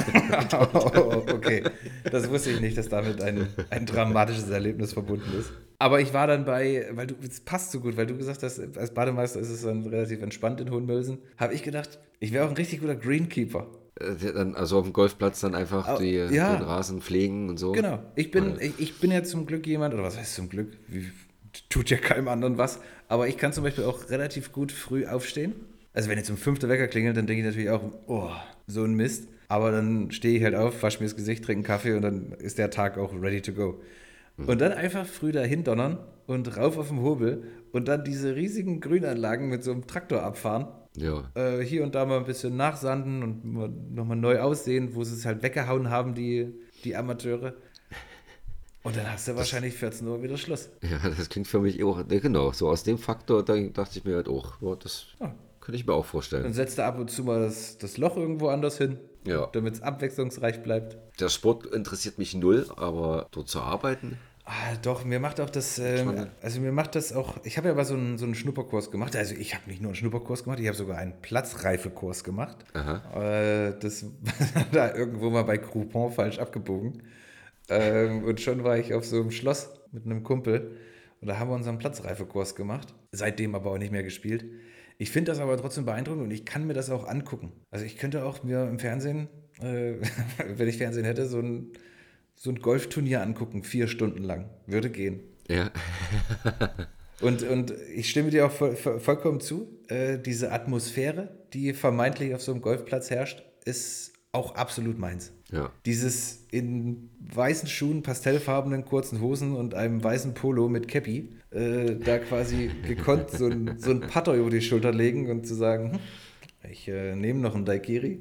Okay, das wusste ich nicht, dass damit ein dramatisches Erlebnis verbunden ist. Aber ich war dann es passt so gut, weil du gesagt hast, als Bademeister ist es dann relativ entspannt in Hohenmölsen, habe ich gedacht, ich wäre auch ein richtig guter Greenkeeper. Also auf dem Golfplatz dann einfach den Rasen pflegen und so. Genau, ich bin ja zum Glück jemand, oder was heißt zum Glück, tut ja keinem anderen was, aber ich kann zum Beispiel auch relativ gut früh aufstehen. Also wenn jetzt um 5 der Wecker klingelt, dann denke ich natürlich auch, oh, so ein Mist. Aber dann stehe ich halt auf, wasche mir das Gesicht, trinke einen Kaffee und dann ist der Tag auch ready to go. Und dann einfach früh dahin donnern und rauf auf den Hobel und dann diese riesigen Grünanlagen mit so einem Traktor abfahren. Ja. Hier und da mal ein bisschen nachsanden und nochmal neu aussehen, wo sie es halt weggehauen haben, die Amateure. Und dann hast du wahrscheinlich 14 Uhr wieder Schluss. Ja, das klingt für mich auch, genau, so aus dem Faktor, da dachte ich mir halt auch, das könnte ich mir auch vorstellen. Dann setzt du ab und zu mal das Loch irgendwo anders hin, Ja. damit es abwechslungsreich bleibt. Der Sport interessiert mich null, aber dort zu arbeiten, Doch, mir macht auch das, also mir macht das auch, ich habe ja mal so einen Schnupperkurs gemacht, also ich habe nicht nur einen Schnupperkurs gemacht, ich habe sogar einen Platzreifekurs gemacht. Aha. Das war da irgendwo mal bei Groupon falsch abgebogen. Und schon war ich auf so einem Schloss mit einem Kumpel und da haben wir unseren Platzreifekurs gemacht, seitdem aber auch nicht mehr gespielt. Ich finde das aber trotzdem beeindruckend und ich kann mir das auch angucken. Also ich könnte auch mir im Fernsehen, äh, wenn ich Fernsehen hätte, so ein Golfturnier angucken, 4 Stunden lang. Würde gehen. Ja. Und ich stimme dir auch vollkommen zu. Diese Atmosphäre, die vermeintlich auf so einem Golfplatz herrscht, ist auch absolut meins. Ja. Dieses in weißen Schuhen, pastellfarbenen kurzen Hosen und einem weißen Polo mit Cappy, da quasi gekonnt so ein Putter über die Schulter legen und zu sagen, ich nehme noch einen Daiquiri.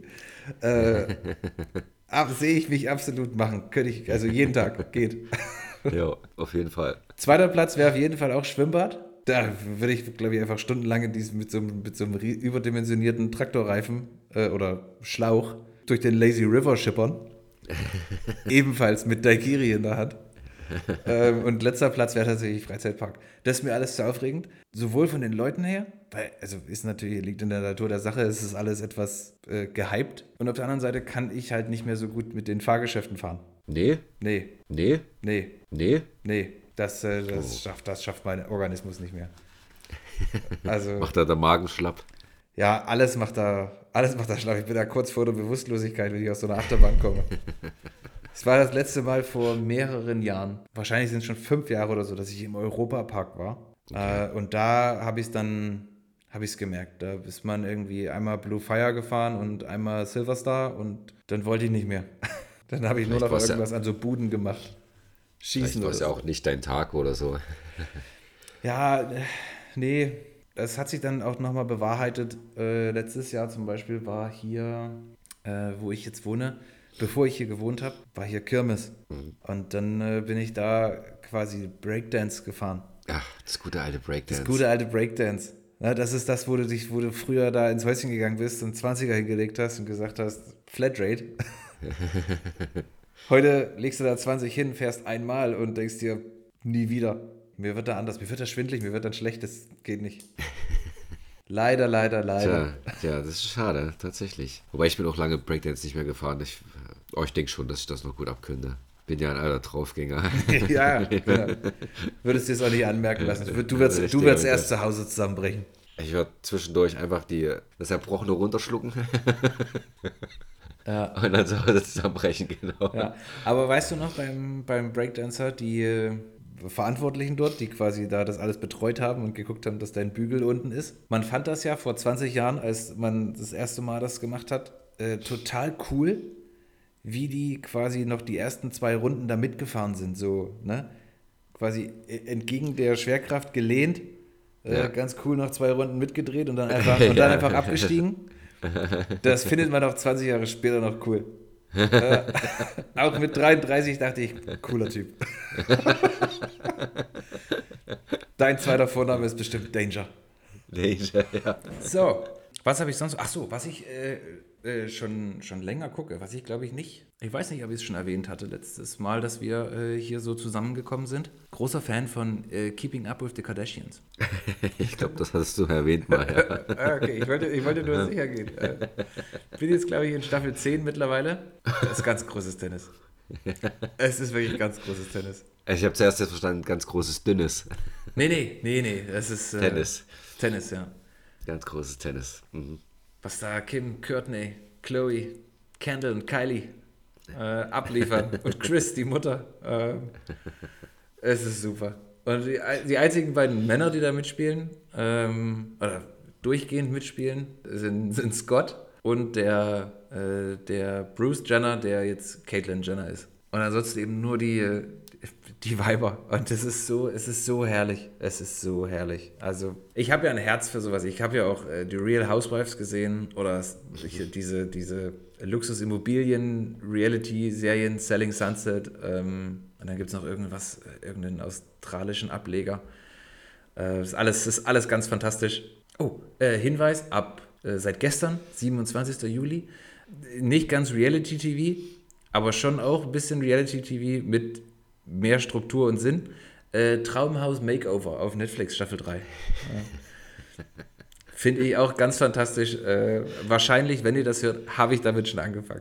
Sehe ich mich absolut machen. Könnte ich, also jeden Tag, geht. Ja, auf jeden Fall. Zweiter Platz wäre auf jeden Fall auch Schwimmbad. Da würde ich, glaube ich, einfach stundenlang in diesem, mit so einem überdimensionierten Traktorreifen oder Schlauch durch den Lazy River schippern. Ebenfalls mit Daiquiri in der Hand. Und letzter Platz wäre tatsächlich Freizeitpark. Das ist mir alles zu aufregend. Sowohl von den Leuten her, weil, also ist natürlich, liegt in der Natur der Sache, es ist alles etwas gehypt. Und auf der anderen Seite kann ich halt nicht mehr so gut mit den Fahrgeschäften fahren. Nee, Nee, nee, nee, nee. nee. Das schafft mein Organismus nicht mehr. Also, Macht da der Magen schlapp. ja, alles macht da schlapp. Ich bin da kurz vor der Bewusstlosigkeit, wenn ich aus so einer Achterbahn komme. Es war das letzte Mal vor mehreren Jahren. Wahrscheinlich sind es schon 5 Jahre oder so, dass ich im Europapark war. Okay. Und da habe ich es gemerkt. Da ist man irgendwie einmal Blue Fire gefahren und einmal Silver Star und dann wollte ich nicht mehr. Dann habe ich nur Vielleicht noch war's ja, irgendwas an so Buden gemacht. vielleicht Schießen war oder es ja so. auch nicht dein Tag oder so. Ja, nee, das hat sich dann auch nochmal bewahrheitet. Letztes Jahr zum Beispiel war hier, wo ich jetzt wohne, bevor ich hier gewohnt habe, war hier Kirmes. Und dann bin ich da quasi Breakdance gefahren. Ach, das gute alte Das Breakdance. gute alte Breakdance. Ja, das ist das, wo du früher da ins Häuschen gegangen bist und 20er hingelegt hast und gesagt hast, Flatrate. Heute legst du da 20 hin, fährst einmal und denkst dir, nie wieder. Mir wird da anders, mir wird da schwindelig, mir wird dann schlecht, das geht nicht. Leider, leider, leider. Tja, das ist schade, tatsächlich. Wobei ich bin auch lange Breakdance nicht mehr gefahren. Ich denke schon, dass ich das noch gut abkönnte. Bin ja ein alter Draufgänger. Ja, genau. Würdest dir das auch nicht anmerken lassen. Du würdest, du würdest erst zu Hause zusammenbrechen. Ich werde zwischendurch einfach das Erbrochene runterschlucken Ja, und dann zu Hause zusammenbrechen, genau. ja. Aber weißt du noch, beim Breakdancer, die Verantwortlichen dort, die quasi da das alles betreut haben und geguckt haben, dass dein Bügel unten ist. Man fand das ja vor 20 Jahren, als man das erste Mal das gemacht hat, total cool, wie die quasi noch die ersten 2 Runden da mitgefahren sind, so, ne? Quasi entgegen der Schwerkraft gelehnt, Ja. ganz cool noch 2 Runden mitgedreht und dann einfach abgestiegen. Das findet man auch 20 Jahre später noch cool. Auch mit 33 dachte ich, cooler Typ. Dein zweiter Vorname ist bestimmt Danger. Ja. So, was habe ich sonst? Ach so, was ich schon länger gucke, was ich glaube ich nicht. Ich weiß nicht, ob ich es schon erwähnt hatte letztes Mal, dass wir hier so zusammengekommen sind. Großer Fan von Keeping Up with the Kardashians. Ich glaube, das hast du erwähnt mal. Ja. Okay, ich wollte nur sicher gehen. Bin jetzt glaube ich in Staffel 10 mittlerweile. Das ist ganz großes Tennis. Es ist wirklich ganz großes Tennis. Ich habe zuerst jetzt verstanden, ganz großes Dünnes. Nee, das ist Tennis. Tennis, ja. Ganz großes Tennis. Mhm. Was da Kim, Courtney, Chloe, Kendall und Kylie abliefern. Und Chris, die Mutter. Es ist super. Und die einzigen beiden Männer, die da mitspielen, oder durchgehend mitspielen, sind Scott und der Bruce Jenner, der jetzt Caitlyn Jenner ist. Und ansonsten eben nur die Weiber. Und es ist so herrlich. Es ist so herrlich. Also, ich habe ja ein Herz für sowas. Ich habe ja auch die Real Housewives gesehen oder diese Luxusimmobilien-Reality-Serien, Selling Sunset. Und dann gibt es noch irgendeinen australischen Ableger. Das ist alles ganz fantastisch. Oh, Hinweis, seit gestern, 27. Juli, nicht ganz Reality-TV, aber schon auch ein bisschen Reality-TV mit mehr Struktur und Sinn. Traumhaus Makeover auf Netflix, Staffel 3. Ja. Finde ich auch ganz fantastisch. Wahrscheinlich, wenn ihr das hört, habe ich damit schon angefangen.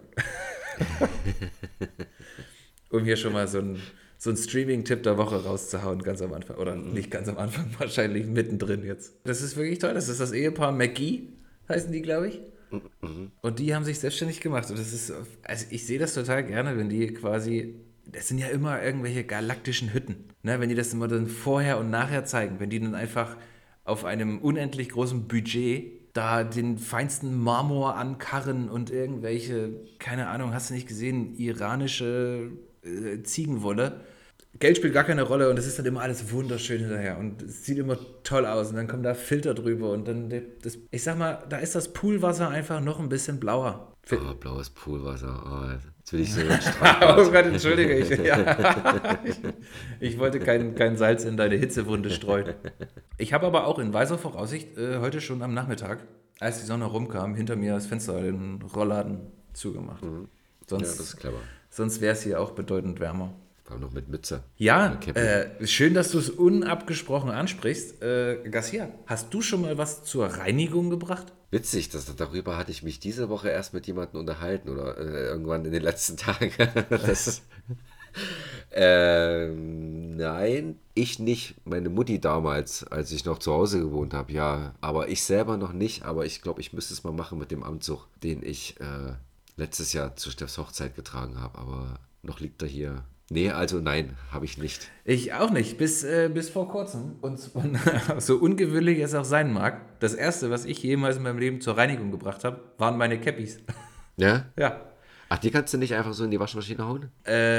Um hier schon mal so ein Streaming-Tipp der Woche rauszuhauen, ganz am Anfang. Oder nicht ganz am Anfang, wahrscheinlich mittendrin jetzt. Das ist wirklich toll. Das ist das Ehepaar McGee, heißen die, glaube ich. Und die haben sich selbstständig gemacht. Und das ist, also ich sehe das total gerne, wenn die quasi, das sind ja immer irgendwelche galaktischen Hütten, ne? Wenn die das immer dann vorher und nachher zeigen, wenn die dann einfach auf einem unendlich großen Budget da den feinsten Marmor ankarren und irgendwelche, keine Ahnung, hast du nicht gesehen, iranische Ziegenwolle. Geld spielt gar keine Rolle und es ist dann immer alles wunderschön hinterher und es sieht immer toll aus und dann kommen da Filter drüber und dann, ich sag mal, da ist das Poolwasser einfach noch ein bisschen blauer. Oh, blaues Poolwasser. Oh, jetzt will ich so einen Strand. Oh Gott, entschuldige. Ich wollte kein Salz in deine Hitzewunde streuen. Ich habe aber auch in weiser Voraussicht heute schon am Nachmittag, als die Sonne rumkam, hinter mir das Fenster, den Rollladen zugemacht. Ja, das ist clever. Sonst wäre es hier auch bedeutend wärmer. Vor allem noch mit Mütze. Ja, schön, dass du es unabgesprochen ansprichst. Garcia, hast du schon mal was zur Reinigung gebracht? Witzig, darüber hatte ich mich diese Woche erst mit jemandem unterhalten oder irgendwann in den letzten Tagen. Nein, ich nicht. Meine Mutti damals, als ich noch zu Hause gewohnt habe, ja. Aber ich selber noch nicht. Aber ich glaube, ich müsste es mal machen mit dem Anzug, den ich letztes Jahr zu Steffs Hochzeit getragen habe. Aber noch liegt er hier. Nee, also nein, habe ich nicht. Ich auch nicht, bis vor kurzem. Und so ungewöhnlich es auch sein mag, das Erste, was ich jemals in meinem Leben zur Reinigung gebracht habe, waren meine Cappies. Ja? Ja. Ach, die kannst du nicht einfach so in die Waschmaschine hauen?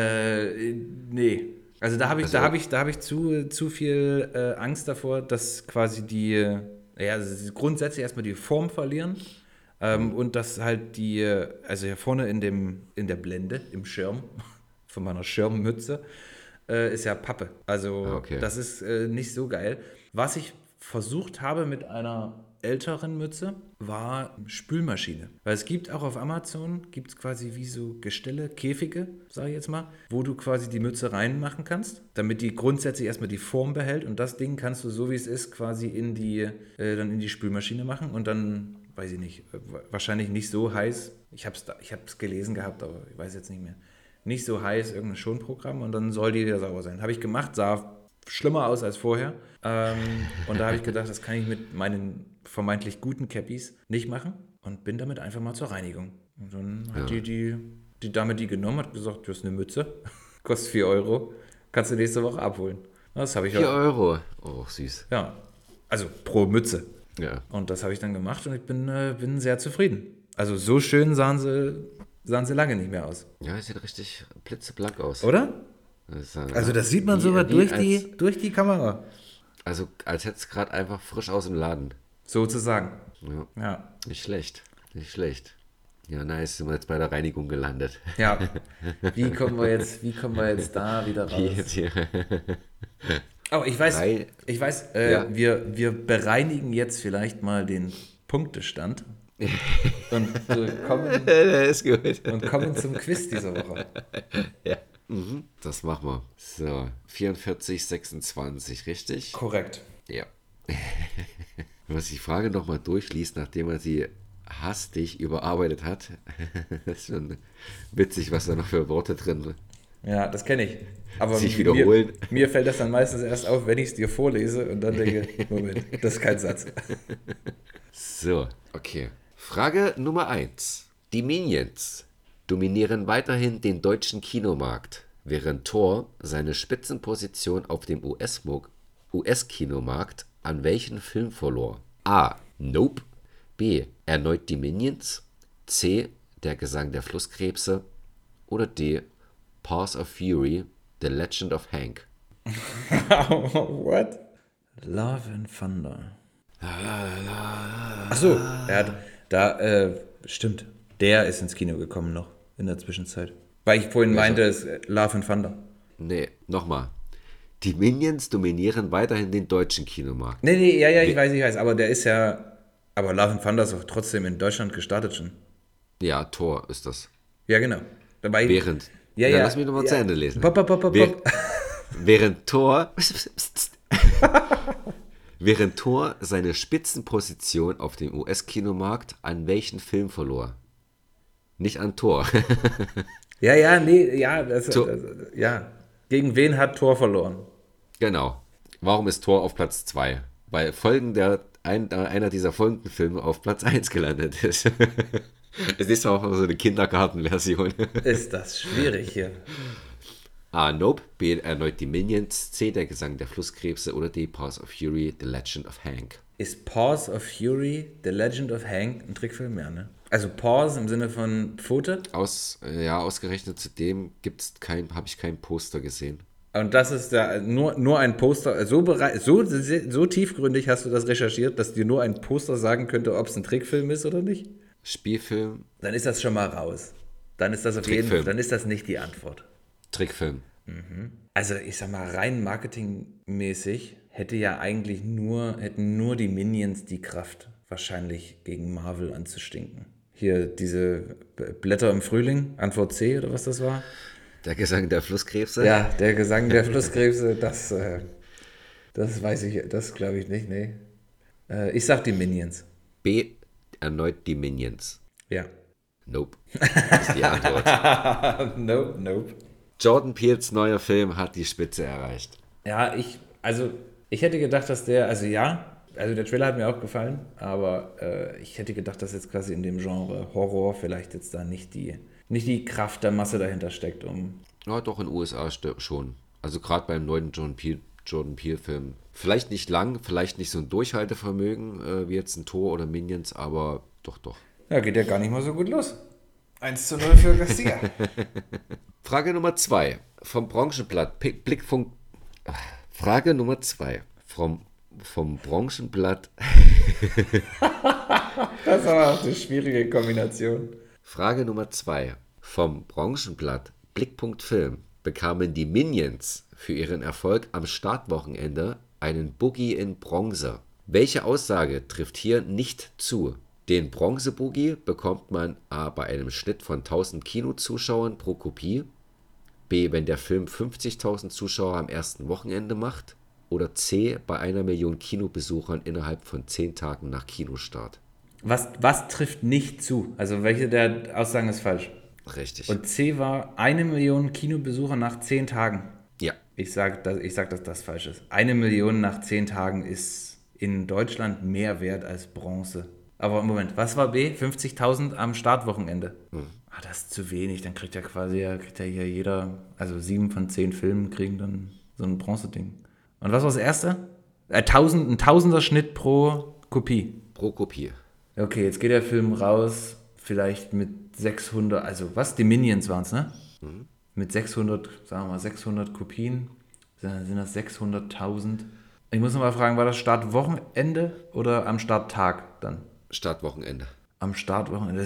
Nee. Also da habe ich zu viel Angst davor, dass quasi grundsätzlich erstmal die Form verlieren. Und dass halt also hier vorne in der Blende, im Schirm, von meiner Schirmmütze, ist ja Pappe. Also okay. Das ist nicht so geil. Was ich versucht habe mit einer älteren Mütze, war Spülmaschine. Weil es gibt auch auf Amazon, gibt es quasi wie so Gestelle, Käfige, sage ich jetzt mal, wo du quasi die Mütze reinmachen kannst, damit die grundsätzlich erstmal die Form behält und das Ding kannst du, so wie es ist, quasi dann in die Spülmaschine machen und dann, weiß ich nicht, wahrscheinlich nicht so heiß, ich hab's gelesen gehabt, aber ich weiß jetzt nicht mehr, nicht so heiß, irgendein Schonprogramm und dann soll die wieder sauber sein. Habe ich gemacht, sah schlimmer aus als vorher. Und da habe ich gedacht, das kann ich mit meinen vermeintlich guten Cappies nicht machen und bin damit einfach mal zur Reinigung. Und dann hat die Dame die genommen, hat gesagt, du hast eine Mütze, kostet 4 Euro, kannst du nächste Woche abholen. Das habe ich 4 Euro? Oh, süß. Ja, also pro Mütze. Ja. Und das habe ich dann gemacht und ich bin sehr zufrieden. Also so schön sahen sie lange nicht mehr aus. Ja, es sieht richtig blitzeblank aus. Oder? Also das sieht man sogar durch die Kamera. Also als hätte es gerade einfach frisch aus dem Laden. Sozusagen. Ja. Nicht schlecht. Ja, nice, sind wir jetzt bei der Reinigung gelandet. Ja. Wie kommen wir jetzt da wieder raus? Oh, ich weiß, wir bereinigen jetzt vielleicht mal den Punktestand. Und kommen zum Quiz dieser Woche. Ja. Das machen wir. So, 44, 26, richtig? Korrekt. Ja. Wenn man sich die Frage nochmal durchliest, nachdem man sie hastig überarbeitet hat, ist schon witzig, was da noch für Worte drin sind. Ja, das kenne ich. Aber sich wiederholen. Mir fällt das dann meistens erst auf, wenn ich es dir vorlese und dann denke, Moment, das ist kein Satz. So, okay. Frage Nummer 1. Die Minions dominieren weiterhin den deutschen Kinomarkt, während Thor seine Spitzenposition auf dem US-Kinomarkt an welchen Film verlor? A. Nope. B. Erneut die Minions. C. Der Gesang der Flusskrebse. Oder D. Paws of Fury, The Legend of Hank. What? Love and Thunder. Achso, stimmt. Der ist ins Kino gekommen noch in der Zwischenzeit. Weil ich vorhin meinte, es ist Love and Thunder. Nee, nochmal. Die Minions dominieren weiterhin den deutschen Kinomarkt. Nee, ich weiß. Aber der ist ja. Aber Love and Thunder ist auch trotzdem in Deutschland gestartet schon. Ja, Thor ist das. Ja, genau. Während. Ja. Lass mich nochmal zu Ende lesen. Pop. Während Thor seine Spitzenposition auf dem US-Kinomarkt an welchen Film verlor? Nicht an Thor. Ja, nee, ja, Thor, ja. Gegen wen hat Thor verloren? genau. Warum ist Thor auf Platz 2? Weil einer dieser folgenden Filme auf Platz 1 gelandet ist. Es ist auch so eine Kindergartenversion. Ist das schwierig hier. A. Nope. B. Erneut die Minions. C. Der Gesang der Flusskrebse. Oder D. Paws of Fury, The Legend of Hank. Ist Paws of Fury, The Legend of Hank ein Trickfilm? Ja, ne? Also Paws im Sinne von Pfote? Ausgerechnet zu dem habe ich kein Poster gesehen. Und das ist da nur ein Poster. So tiefgründig hast du das recherchiert, dass dir nur ein Poster sagen könnte, ob es ein Trickfilm ist oder nicht? Spielfilm, Dann ist das schon mal raus. Dann ist das dann ist das nicht die Antwort. Trickfilm. Also ich sag mal, rein marketingmäßig hätten nur die Minions die Kraft, wahrscheinlich gegen Marvel anzustinken. Hier diese Blätter im Frühling, Antwort C oder was das war? Der Gesang der Flusskrebse? Ja, der Gesang der Flusskrebse, das weiß ich, das glaube ich nicht, nee. Ich sag die Minions. B. Erneut die Minions. Ja. Nope. Das ist die Antwort. Nope. Jordan Peels neuer Film hat die Spitze erreicht. Ja, ich hätte gedacht, dass der Trailer hat mir auch gefallen, aber ich hätte gedacht, dass jetzt quasi in dem Genre Horror vielleicht jetzt da nicht die Kraft der Masse dahinter steckt, um. Ja, doch, in den USA schon. Also gerade beim neuen Jordan Peele-Film. Vielleicht nicht lang, vielleicht nicht so ein Durchhaltevermögen wie jetzt ein Thor oder Minions, aber doch. Ja, geht ja gar nicht mal so gut los. 1:0 für Garcia. Frage Nummer 2 vom Branchenblatt Blickfunk. Frage Nummer 2 vom Branchenblatt. Das ist aber auch eine schwierige Kombination. Frage Nummer 2 vom Branchenblatt Blickpunkt Film bekamen die Minions für ihren Erfolg am Startwochenende einen Boogie in Bronze. Welche Aussage trifft hier nicht zu? Den Bronze-Boogie bekommt man A. bei einem Schnitt von 1000 Kinozuschauern pro Kopie, B. wenn der Film 50.000 Zuschauer am ersten Wochenende macht oder C. bei 1 Million Kinobesuchern innerhalb von 10 Tagen nach Kinostart. Was trifft nicht zu? Also welche der Aussagen ist falsch? Richtig. Und C war 1 Million Kinobesucher nach 10 Tagen. Ja. Ich sag, dass das falsch ist. 1 Million nach 10 Tagen ist in Deutschland mehr wert als Bronze. Aber Moment, was war B? 50.000 am Startwochenende. Das ist zu wenig. Dann kriegt ja hier jeder, also 7 von 10 Filmen kriegen dann so ein Bronzeding. Und was war das erste? Ein Tausender Schnitt pro Kopie. Pro Kopie. Okay, jetzt geht der Film raus, vielleicht mit 600, also was? Die Minions waren es, ne? Mit 600, sagen wir mal 600 Kopien, sind das 600.000. Ich muss noch mal fragen, war das Startwochenende oder am Starttag dann? Startwochenende. Am Startwochenende,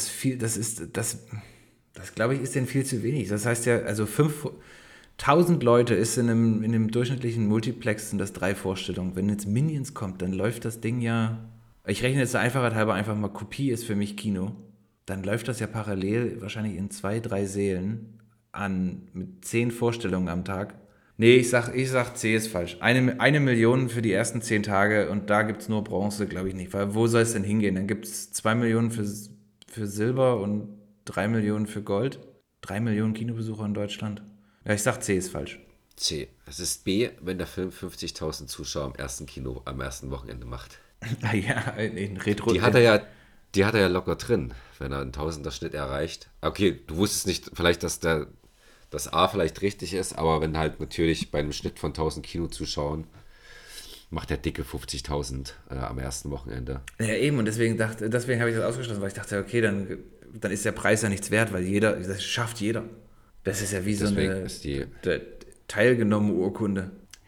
das glaube ich, ist denen viel zu wenig. Das heißt ja, also 5.000 Leute ist in einem durchschnittlichen Multiplex sind das 3 Vorstellungen. Wenn jetzt Minions kommt, dann läuft das Ding ja, ich rechne jetzt der Einfachheit halber einfach mal, Kopie ist für mich Kino. Dann läuft das ja parallel wahrscheinlich in 2, 3 Sälen mit 10 Vorstellungen am Tag. Nee, ich sag C ist falsch. 1 Million für die ersten 10 Tage und da gibt es nur Bronze, glaube ich nicht. Weil wo soll es denn hingehen? Dann gibt es 2 Millionen für Silber und 3 Millionen für Gold. 3 Millionen Kinobesucher in Deutschland. Ja, ich sag C ist falsch. C. Es ist B, wenn der Film 50.000 Zuschauer am ersten Wochenende macht. Ja, in Retro. Die hat er ja locker drin, wenn er einen Tausender-Schnitt erreicht. Okay, du wusstest nicht, vielleicht, dass das A vielleicht richtig ist, aber wenn halt natürlich bei einem Schnitt von 1000 Kinozuschauern macht der dicke 50.000 am ersten Wochenende. Ja, eben, und deswegen habe ich das ausgeschlossen, weil ich dachte, okay, dann ist der Preis ja nichts wert, weil das schafft jeder. Das ist ja wie so eine teilgenommene Urkunde.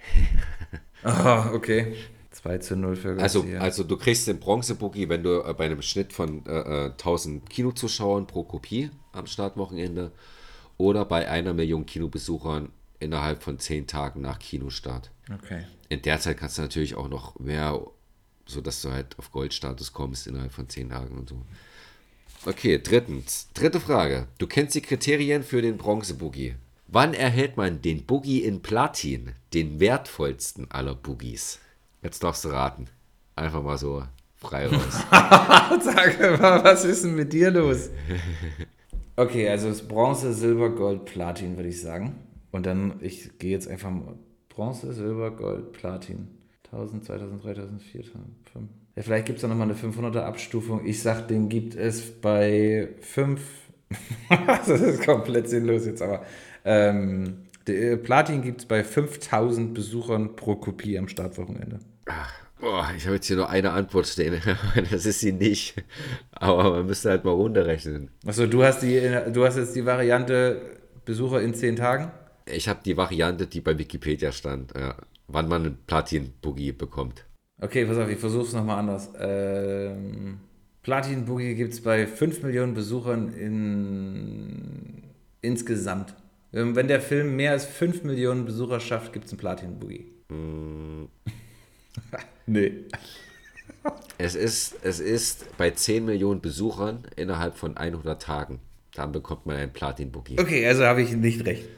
Oh, okay. 2:0 für Garcia. Also du kriegst den Bronze-Boogie, wenn du bei einem Schnitt von 1000 Kinozuschauern pro Kopie am Startwochenende oder bei 1 Million Kinobesuchern innerhalb von 10 Tagen nach Kinostart. Okay. In der Zeit kannst du natürlich auch noch mehr, sodass du halt auf Goldstatus kommst innerhalb von 10 Tagen und so. Okay, dritte Frage. Du kennst die Kriterien für den Bronze-Boogie. Wann erhält man den Boogie in Platin, den wertvollsten aller Boogies? Jetzt darfst du raten. Einfach mal so frei raus. Sag mal, was ist denn mit dir los? Okay, also es ist Bronze, Silber, Gold, Platin, würde ich sagen. Und dann, ich gehe jetzt einfach mal Bronze, Silber, Gold, Platin. 1000, 2000, 3000, 4000, 5. Ja, vielleicht gibt es da nochmal eine 500er Abstufung. Ich sag, den gibt es bei 5. Das ist komplett sinnlos jetzt, aber Platin gibt es bei 5000 Besuchern pro Kopie am Startwochenende. Boah, ich habe jetzt hier nur eine Antwort stehen. Das ist sie nicht. Aber man müsste halt mal runterrechnen. Achso, du hast jetzt die Variante Besucher in 10 Tagen? Ich habe die Variante, die bei Wikipedia stand, ja, wann man einen Platin-Boogie bekommt. Okay, pass auf, ich versuche es nochmal anders. Platin Boogie gibt es bei 5 Millionen Besuchern insgesamt. Wenn der Film mehr als 5 Millionen Besucher schafft, gibt es einen Platin Boogie. Nee. Es ist bei 10 Millionen Besuchern innerhalb von 100 Tagen. Dann bekommt man einen Platin-Boogie. Okay, also habe ich nicht recht.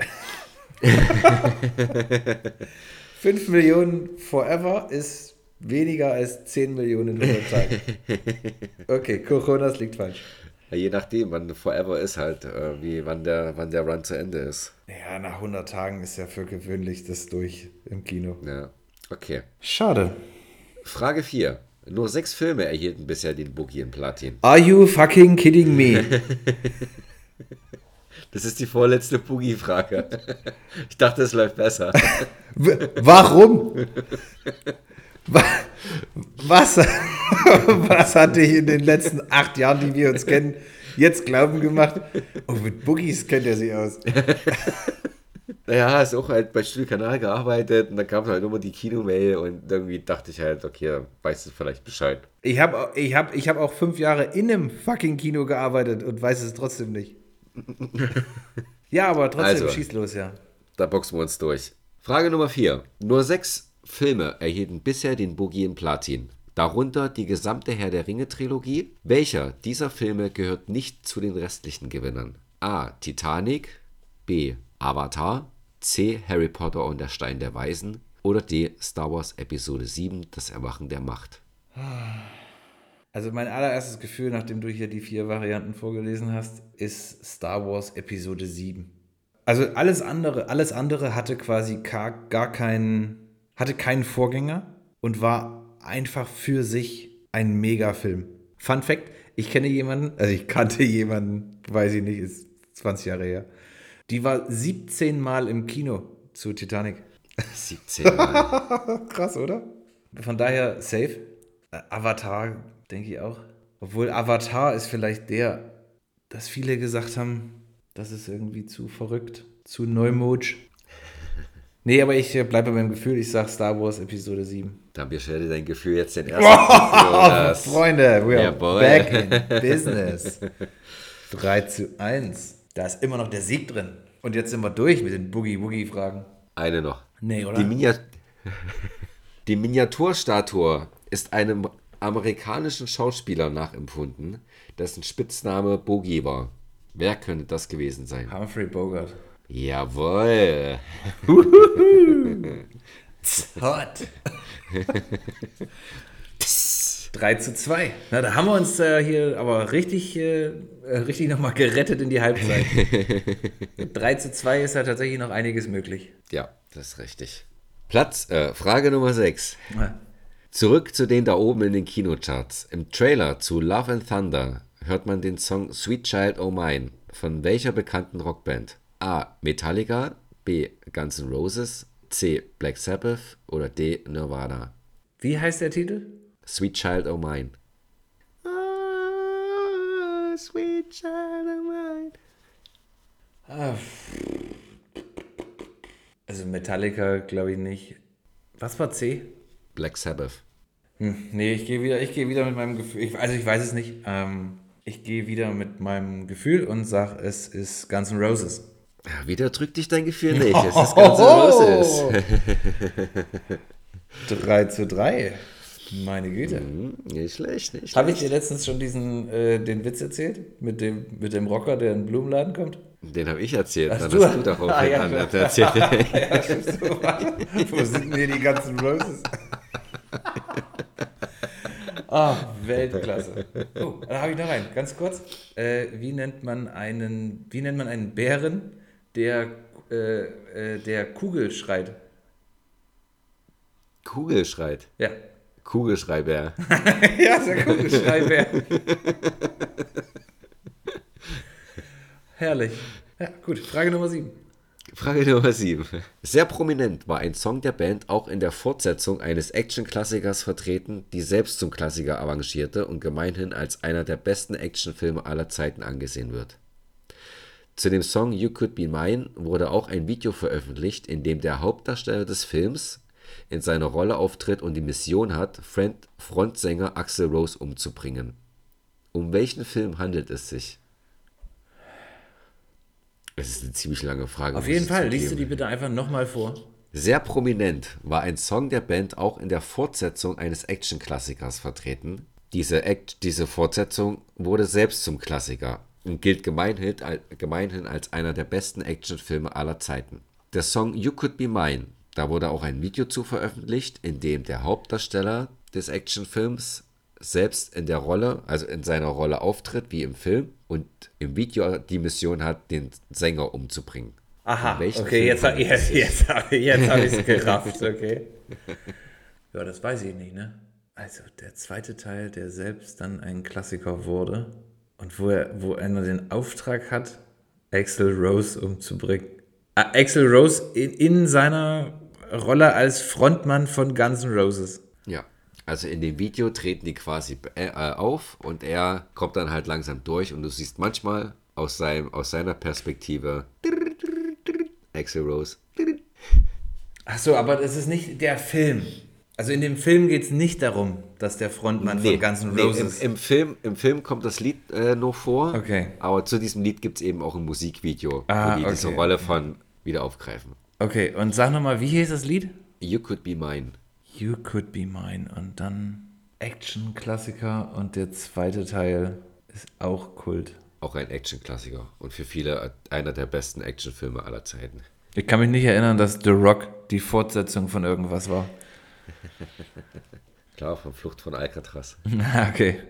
5 Millionen forever ist weniger als 10 Millionen in 100 Tagen. Okay, Coronas liegt falsch. Ja, je nachdem, wann Forever ist halt, wann der Run zu Ende ist. Ja, nach 100 Tagen ist ja für gewöhnlich das durch im Kino. Ja, okay. Schade. Frage 4. Nur 6 Filme erhielten bisher den Boogie in Platin. Are you fucking kidding me? Das ist die vorletzte Boogie-Frage. Ich dachte, es läuft besser. Warum? Was hat dich in den letzten 8 Jahren, die wir uns kennen, jetzt glauben gemacht? Oh, mit Boogies kennt er sich aus. Naja, ist auch halt bei Studio-Kanal gearbeitet und dann kam halt immer die Kinomail und irgendwie dachte ich halt, okay, dann weißt du vielleicht Bescheid. Ich hab auch 5 Jahre in einem fucking Kino gearbeitet und weiß es trotzdem nicht. Ja, aber trotzdem, Also, schieß los, ja. Da boxen wir uns durch. Frage Nummer 4. Nur 6 Filme erhielten bisher den Boogie in Platin. Darunter die gesamte Herr der Ringe-Trilogie. Welcher dieser Filme gehört nicht zu den restlichen Gewinnern? A. Titanic, B. Avatar, C. Harry Potter und der Stein der Weisen oder D. Star Wars Episode 7, das Erwachen der Macht. Also mein allererstes Gefühl, nachdem du hier die 4 Varianten vorgelesen hast, ist Star Wars Episode 7. Also alles andere hatte quasi hatte keinen Vorgänger und war einfach für sich ein Megafilm. Fun Fact, ich kannte jemanden, weiß ich nicht, ist 20 Jahre her. Die war 17 Mal im Kino zu Titanic. 17 Mal. Krass, oder? Von daher safe. Avatar, denke ich auch. Obwohl Avatar ist vielleicht dass viele gesagt haben, das ist irgendwie zu verrückt, zu neumodisch. Nee, aber ich bleibe bei meinem Gefühl, ich sag Star Wars Episode 7. Dann beschwerde dein Gefühl jetzt den ersten. Freunde, we are Jawohl. back in business. 3:1. Da ist immer noch der Sieg drin. Und jetzt sind wir durch mit den Boogie-Woogie-Fragen. Eine noch. Nee, oder? Die Miniaturstatue ist einem amerikanischen Schauspieler nachempfunden, dessen Spitzname Boogie war. Wer könnte das gewesen sein? Humphrey Bogart. Jawohl. Hot. 3:2. Na, da haben wir uns hier aber richtig nochmal gerettet in die Halbzeit. 3:2 ist ja tatsächlich noch einiges möglich. Ja, das ist richtig. Frage Nummer 6. Ja. Zurück zu den da oben in den Kinocharts. Im Trailer zu Love and Thunder hört man den Song Sweet Child O' Mine von welcher bekannten Rockband? A. Metallica, B. Guns N' Roses, C. Black Sabbath oder D. Nirvana? Wie heißt der Titel? Sweet Child O' Mine. Oh, sweet child o' mine. Also Metallica glaube ich nicht. Was war C? Black Sabbath. Nee, ich gehe wieder mit meinem Gefühl. Ich weiß es nicht. Ich gehe wieder mit meinem Gefühl und sage, es ist Guns N' Roses. Ja, wieder drückt dich dein Gefühl nicht. Es ist Guns N' Roses. 3:3. Meine Güte. Nicht schlecht, nicht Habe schlecht. ich dir letztens schon den Witz erzählt? Mit dem Rocker, der in den Blumenladen kommt? Den habe ich erzählt. Hast Dann du? hast du daraufhin Ja, erzählt. ja, so. Wo sind denn hier die ganzen Roses? Weltklasse. Oh, da habe ich noch einen, ganz kurz. Wie nennt man einen Bären, der Kugel schreit? Kugelschreit. Ja. Kugelschreiber. Ja, ist der Kugelschreibär. Herrlich. Ja, gut. Frage Nummer 7. Frage Nummer 7. Sehr prominent war ein Song der Band auch in der Fortsetzung eines Action-Klassikers vertreten, die selbst zum Klassiker avancierte und gemeinhin als einer der besten Actionfilme aller Zeiten angesehen wird. Zu dem Song You Could Be Mine wurde auch ein Video veröffentlicht, in dem der Hauptdarsteller des Films in seiner Rolle auftritt und die Mission hat, Frontsänger Axl Rose umzubringen. Um welchen Film handelt es sich? Das ist eine ziemlich lange Frage. Auf jeden Fall. Liest du die bitte einfach nochmal vor. Sehr prominent war ein Song der Band auch in der Fortsetzung eines Action-Klassikers vertreten. Diese Fortsetzung wurde selbst zum Klassiker und gilt gemeinhin als einer der besten Actionfilme aller Zeiten. Der Song You Could Be Mine, da wurde auch ein Video zu veröffentlicht, in dem der Hauptdarsteller des Actionfilms selbst in der Rolle, also in seiner Rolle auftritt, wie im Film, und im Video die Mission hat, den Sänger umzubringen. Aha, okay, jetzt habe ich es gerafft, okay. Ja, das weiß ich nicht, ne? Also, der zweite Teil, der selbst dann ein Klassiker wurde und wo einer den Auftrag hat, Axl Rose umzubringen. Axl Rose in seiner Rolle als Frontmann von Guns N' Roses. Ja. Also in dem Video treten die quasi auf und er kommt dann halt langsam durch und du siehst manchmal aus seiner Perspektive Axl Rose. Ach so, aber das ist nicht der Film. Also in dem Film geht es nicht darum, dass der Frontmann von Guns N' Roses... Im Film kommt das Lied nur vor, okay. Aber zu diesem Lied gibt es eben auch ein Musikvideo, wo die diese Rolle von wieder aufgreifen. Okay, und sag nochmal, wie hieß das Lied? You Could Be Mine. You Could Be Mine und dann Action-Klassiker und der zweite Teil ist auch Kult. Auch ein Action-Klassiker und für viele einer der besten Actionfilme aller Zeiten. Ich kann mich nicht erinnern, dass The Rock die Fortsetzung von irgendwas war. Klar, von Flucht von Alcatraz. Okay.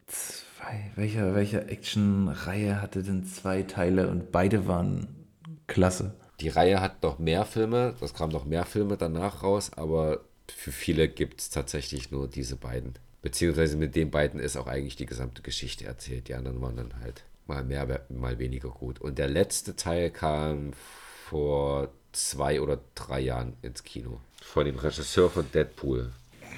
Welche Action-Reihe hatte denn 2 Teile und beide waren klasse? Die Reihe hat noch mehr Filme, das kamen noch mehr Filme danach raus, aber für viele gibt es tatsächlich nur diese beiden. Beziehungsweise mit den beiden ist auch eigentlich die gesamte Geschichte erzählt. Die anderen waren dann halt mal mehr, mal weniger gut. Und der letzte Teil kam vor 2 oder 3 Jahren ins Kino. Von dem Regisseur von Deadpool.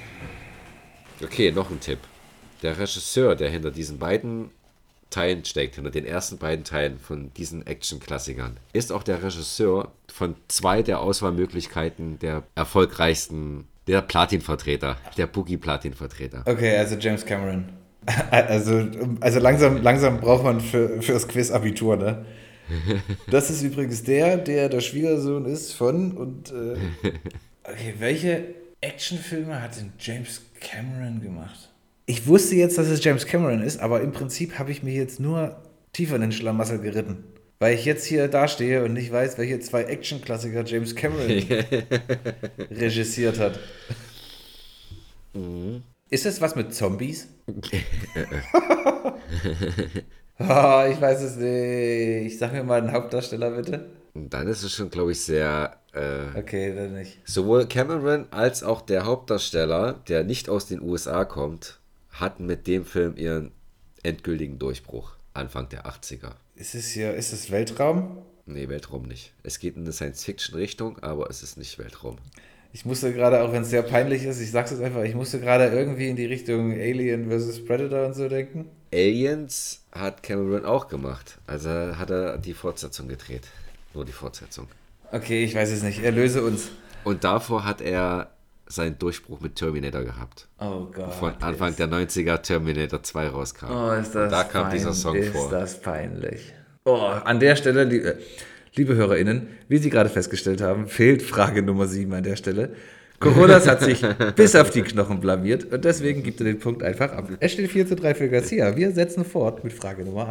Okay, noch ein Tipp. Der Regisseur, der hinter diesen beiden Teilen steckt, hinter den ersten beiden Teilen von diesen Action-Klassikern, ist auch der Regisseur von 2 der Auswahlmöglichkeiten der erfolgreichsten, der Platin-Vertreter, der Boogie-Platin-Vertreter. Okay, also James Cameron. Also langsam braucht man fürs Quiz Abitur, ne? Das ist übrigens der Schwiegersohn ist von und okay, welche Actionfilme hat denn James Cameron gemacht? Ich wusste jetzt, dass es James Cameron ist, aber im Prinzip habe ich mich jetzt nur tiefer in den Schlamassel geritten. Weil ich jetzt hier dastehe und nicht weiß, welche 2 Action-Klassiker James Cameron regisiert hat. Mhm. Ist das was mit Zombies? Oh, ich weiß es nicht. Sag mir mal einen Hauptdarsteller, bitte. Und dann ist es schon, glaube ich, sehr... okay, dann nicht. Sowohl Cameron als auch der Hauptdarsteller, der nicht aus den USA kommt, hatten mit dem Film ihren endgültigen Durchbruch. Anfang der 80er. Ist es Weltraum? Nee, Weltraum nicht. Es geht in eine Science-Fiction-Richtung, aber es ist nicht Weltraum. Ich musste gerade, auch wenn es sehr peinlich ist, ich sag's jetzt einfach, ich musste gerade irgendwie in die Richtung Alien vs. Predator und so denken. Aliens hat Cameron auch gemacht. Also hat er die Fortsetzung gedreht. Nur die Fortsetzung. Okay, ich weiß es nicht. Erlöse uns. Und davor hat er seinen Durchbruch mit Terminator gehabt. Oh Gott. Von Anfang der 90er Terminator 2 rauskam. Oh, ist das und da kam dieser Song vor. Ist das peinlich. Oh, an der Stelle, liebe HörerInnen, wie Sie gerade festgestellt haben, fehlt Frage Nummer 7 an der Stelle. Coronas hat sich bis auf die Knochen blamiert und deswegen gibt er den Punkt einfach ab. Es steht 4:3 für Garcia. Wir setzen fort mit Frage Nummer 8.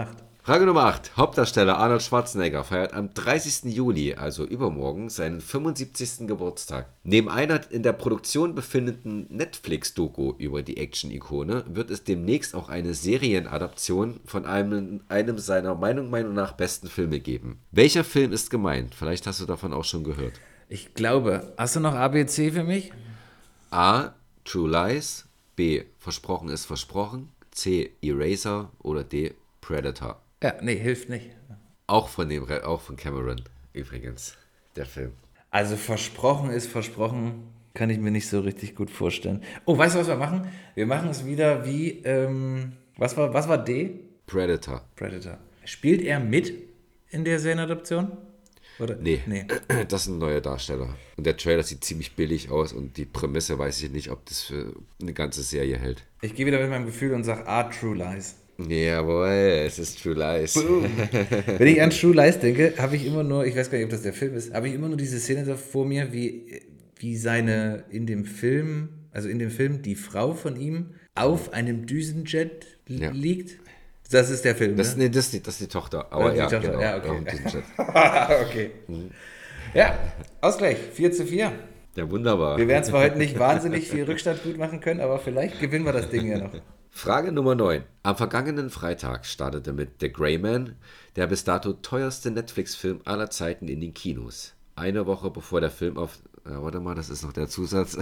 Frage Nummer 8. Hauptdarsteller Arnold Schwarzenegger feiert am 30. Juli, also übermorgen, seinen 75. Geburtstag. Neben einer in der Produktion befindenden Netflix-Doku über die Action-Ikone wird es demnächst auch eine Serienadaption von einem seiner Meinung nach besten Filme geben. Welcher Film ist gemeint? Vielleicht hast du davon auch schon gehört. Ich glaube, hast du noch ABC für mich? A. True Lies. B. Versprochen ist versprochen. C. Eraser. Oder D. Predator. Ja, nee, hilft nicht. Auch von Cameron übrigens, der Film. Also versprochen ist versprochen, kann ich mir nicht so richtig gut vorstellen. Oh, weißt du, was wir machen? Wir machen es wieder wie, was war D? Predator. Predator. Spielt er mit in der Serienadaption? Oder? Nee, das ist ein neuer Darsteller. Und der Trailer sieht ziemlich billig aus und die Prämisse weiß ich nicht, ob das für eine ganze Serie hält. Ich gehe wieder mit meinem Gefühl und sage, True Lies. Jawohl, es ist True Lies. Wenn ich an True Lies denke, habe ich immer nur, ich weiß gar nicht, ob das der Film ist, habe ich immer nur diese Szene da vor mir, wie seine in dem Film die Frau von ihm auf einem Düsenjet liegt. Das ist der Film, das ne? ist die Tochter. Aber die ja, Tochter. genau. Ja, okay. Auf dem Düsenjet. Okay. Ja, Ausgleich, 4:4. Ja, wunderbar. Wir werden zwar heute nicht wahnsinnig viel Rückstand gut machen können, aber vielleicht gewinnen wir das Ding ja noch. Frage Nummer 9. Am vergangenen Freitag startete mit The Gray Man der bis dato teuerste Netflix-Film aller Zeiten in den Kinos. Eine Woche bevor der Film warte mal, das ist noch der Zusatz.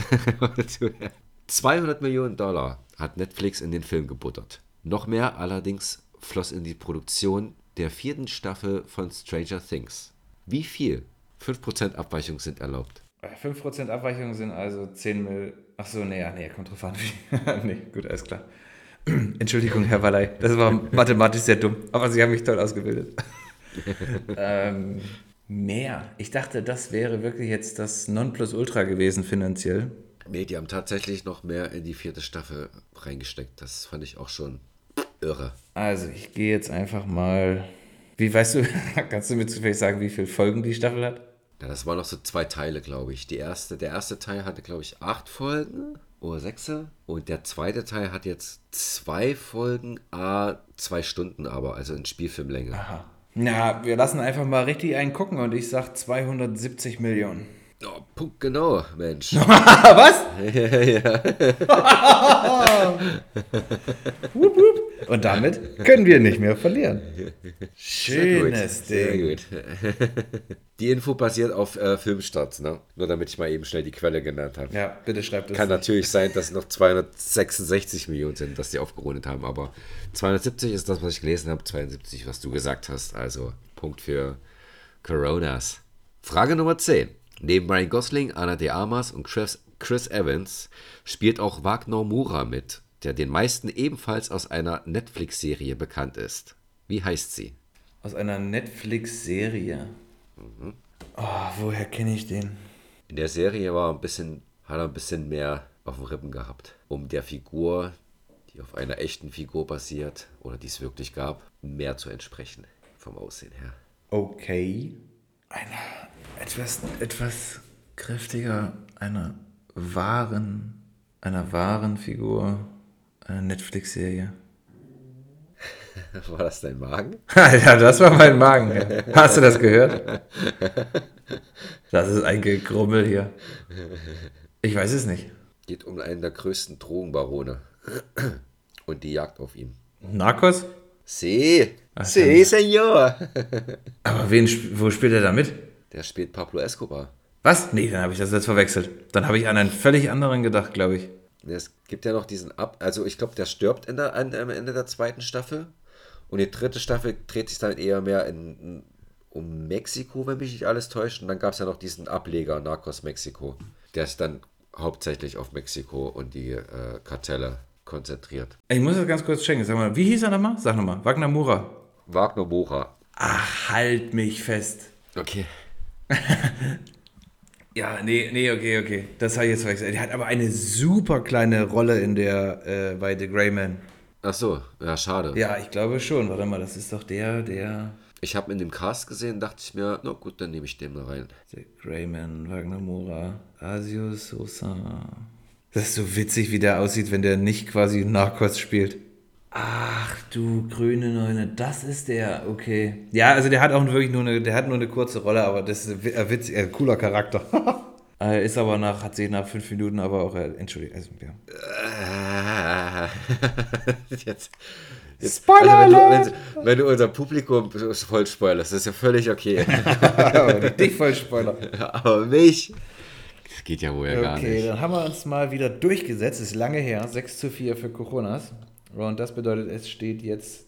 $200 Millionen hat Netflix in den Film gebuttert. Noch mehr allerdings floss in die Produktion der 4. Staffel von Stranger Things. Wie viel? 5% Abweichung sind erlaubt. 5% Abweichung sind also 10 Millionen. Achso, nee, kommt drauf an. Nee, gut, alles klar. Entschuldigung, Herr Wallei, das war mathematisch sehr dumm, aber Sie haben mich toll ausgebildet. Mehr. Ich dachte, das wäre wirklich jetzt das Nonplusultra gewesen finanziell. Nee, die haben tatsächlich noch mehr in die 4. Staffel reingesteckt. Das fand ich auch schon irre. Also, ich gehe jetzt einfach mal. Wie weißt du, kannst du mir zufällig sagen, wie viele Folgen die Staffel hat? Ja, das waren noch so 2 Teile, glaube ich. Der erste Teil hatte, glaube ich, 8 Folgen oder 6. Und der zweite Teil hat jetzt 2 Folgen, 2 Stunden aber, also in Spielfilmlänge. Aha. Na, wir lassen einfach mal richtig einen gucken und ich sag 270 Millionen. Oh, Punkt genau, Mensch. Was? Ja. Wupp, wupp. Und damit können wir nicht mehr verlieren. Schönes Ding. Sehr gut. Die Info basiert auf Filmstarts, ne? Nur damit ich mal eben schnell die Quelle genannt habe. Ja, bitte schreibt es. Kann natürlich sein, dass es noch 266 Millionen sind, dass die aufgerundet haben, aber 270 ist das, was ich gelesen habe, 72, was du gesagt hast. Also Punkt für Coronas. Frage Nummer 10. Neben Ryan Gosling, Ana de Armas und Chris Evans spielt auch Wagner Moura mit, der den meisten ebenfalls aus einer Netflix-Serie bekannt ist. Wie heißt sie? Aus einer Netflix-Serie. Oh, woher kenne ich den? In der Serie hat er ein bisschen mehr auf den Rippen gehabt, um der Figur, die auf einer echten Figur basiert oder die es wirklich gab, mehr zu entsprechen vom Aussehen her. Okay. Etwas kräftiger, einer wahren Figur, einer Netflix-Serie. War das dein Magen? Ja, das war mein Magen. Ja. Hast du das gehört? Das ist ein Gegrummel hier. Ich weiß es nicht. Geht um einen der größten Drogenbarone und die Jagd auf ihn. Narcos? Sí, señor. Aber wo spielt er da mit? Der spielt Pablo Escobar. Was? Nee, dann habe ich das jetzt verwechselt. Dann habe ich an einen völlig anderen gedacht, glaube ich. Es gibt ja noch also ich glaube, der stirbt am Ende der 2. Staffel. Und die 3. Staffel dreht sich dann eher mehr um Mexiko, wenn mich nicht alles täuscht. Und dann gab es ja noch diesen Ableger Narcos Mexiko, der sich dann hauptsächlich auf Mexiko und die Kartelle konzentriert. Ich muss das ganz kurz checken. Sag mal, wie hieß er nochmal? Sag nochmal. Wagner Moura. Wagner Moura. Ach, halt mich fest. Okay. Ja, nee, okay. Das habe ich jetzt verwechselt. Der hat aber eine super kleine Rolle bei The Gray Man. Ach so, ja, schade. Ja, ich glaube schon. Warte mal, das ist doch der... Ich habe in dem Cast gesehen, dachte ich mir, na gut, dann nehme ich den mal rein. The Gray Man, Wagner Moura, Asio Sosa. Das ist so witzig, wie der aussieht, wenn der nicht quasi Narcos spielt. Ach du grüne Neune, das ist der, okay. Ja, also der hat auch wirklich der hat nur eine kurze Rolle, aber das ist ein witzig, cooler Charakter. Ist aber hat sich nach 5 Minuten aber auch, entschuldigt, also, ja. Jetzt, Spoiler also Alert! wenn du unser Publikum voll spoilerst, das ist ja völlig okay. Aber nicht dich voll Spoiler. Aber mich, das geht ja wohl ja gar Okay, nicht. dann haben wir uns mal wieder durchgesetzt. Ist lange her. 6:4 für Coronas. Und das bedeutet, es steht jetzt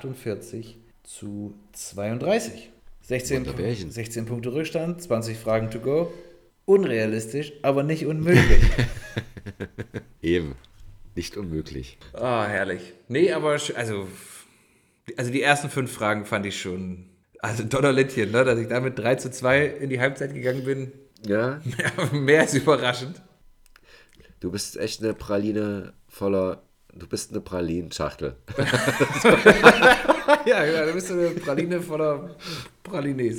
48:32. Wunderbärchen. 16 Punkte Rückstand, 20 Fragen to go. Unrealistisch, aber nicht unmöglich. Eben. Nicht unmöglich. Ah, herrlich. Nee, aber also die ersten 5 Fragen fand ich schon. Also Donnerlittchen, ne? Dass ich damit 3:2 in die Halbzeit gegangen bin. Ja, Mehr als überraschend. du bist echt eine Praline voller. Du bist eine Pralinschachtel. Ja, du bist so eine Praline voller Pralines.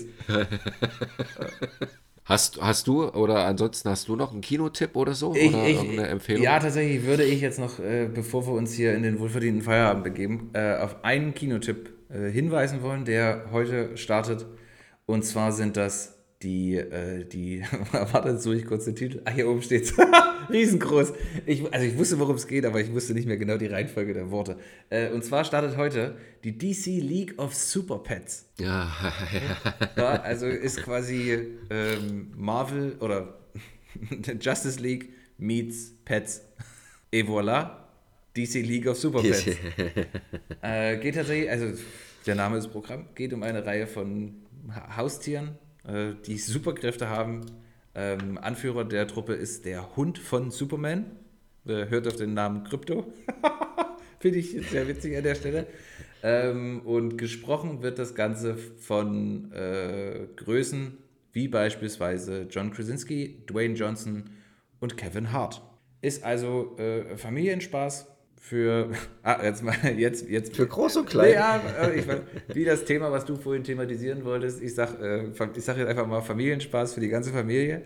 Hast du oder ansonsten hast du noch einen Kinotipp oder so? Oder irgendeine Empfehlung? Ja, tatsächlich würde ich jetzt noch, bevor wir uns hier in den wohlverdienten Feierabend begeben, auf einen Kinotipp hinweisen wollen, der heute startet. Und zwar sind das warte, jetzt suche ich kurz den Titel. Ah, hier oben steht's. Riesengroß. Also ich wusste, worum es geht, aber ich wusste nicht mehr genau die Reihenfolge der Worte. Und zwar startet heute die DC League of Super Pets. Ja, Ja, also ist quasi Marvel oder Justice League meets Pets. Et voilà, DC League of Super Pets. Geht tatsächlich, also der Name ist Programm, geht um eine Reihe von Haustieren, die Superkräfte haben. Anführer der Truppe ist der Hund von Superman. Hört auf den Namen Krypto. Finde ich sehr witzig an der Stelle. Und gesprochen wird das Ganze von Größen wie beispielsweise John Krasinski, Dwayne Johnson und Kevin Hart. Ist also Familienspaß für. Jetzt. für groß und klein. Ja, ich mein, wie das Thema, was du vorhin thematisieren wolltest. Ich sag jetzt einfach mal Familienspaß für die ganze Familie.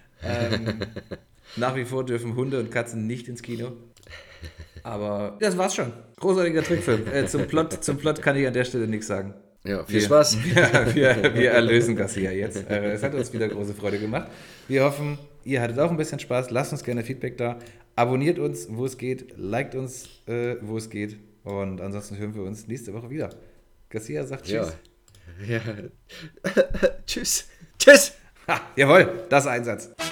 Nach wie vor dürfen Hunde und Katzen nicht ins Kino. Aber das war's schon. Großartiger Trickfilm. Zum Plot kann ich an der Stelle nichts sagen. Ja, viel Spaß. Wir erlösen das hier jetzt. Es hat uns wieder große Freude gemacht. Wir hoffen, ihr hattet auch ein bisschen Spaß. Lasst uns gerne Feedback da. Abonniert uns, wo es geht. Liked uns, wo es geht. Und ansonsten hören wir uns nächste Woche wieder. Garcia sagt Tschüss. Ja. Tschüss. Tschüss. Ha, jawohl, das Einsatz.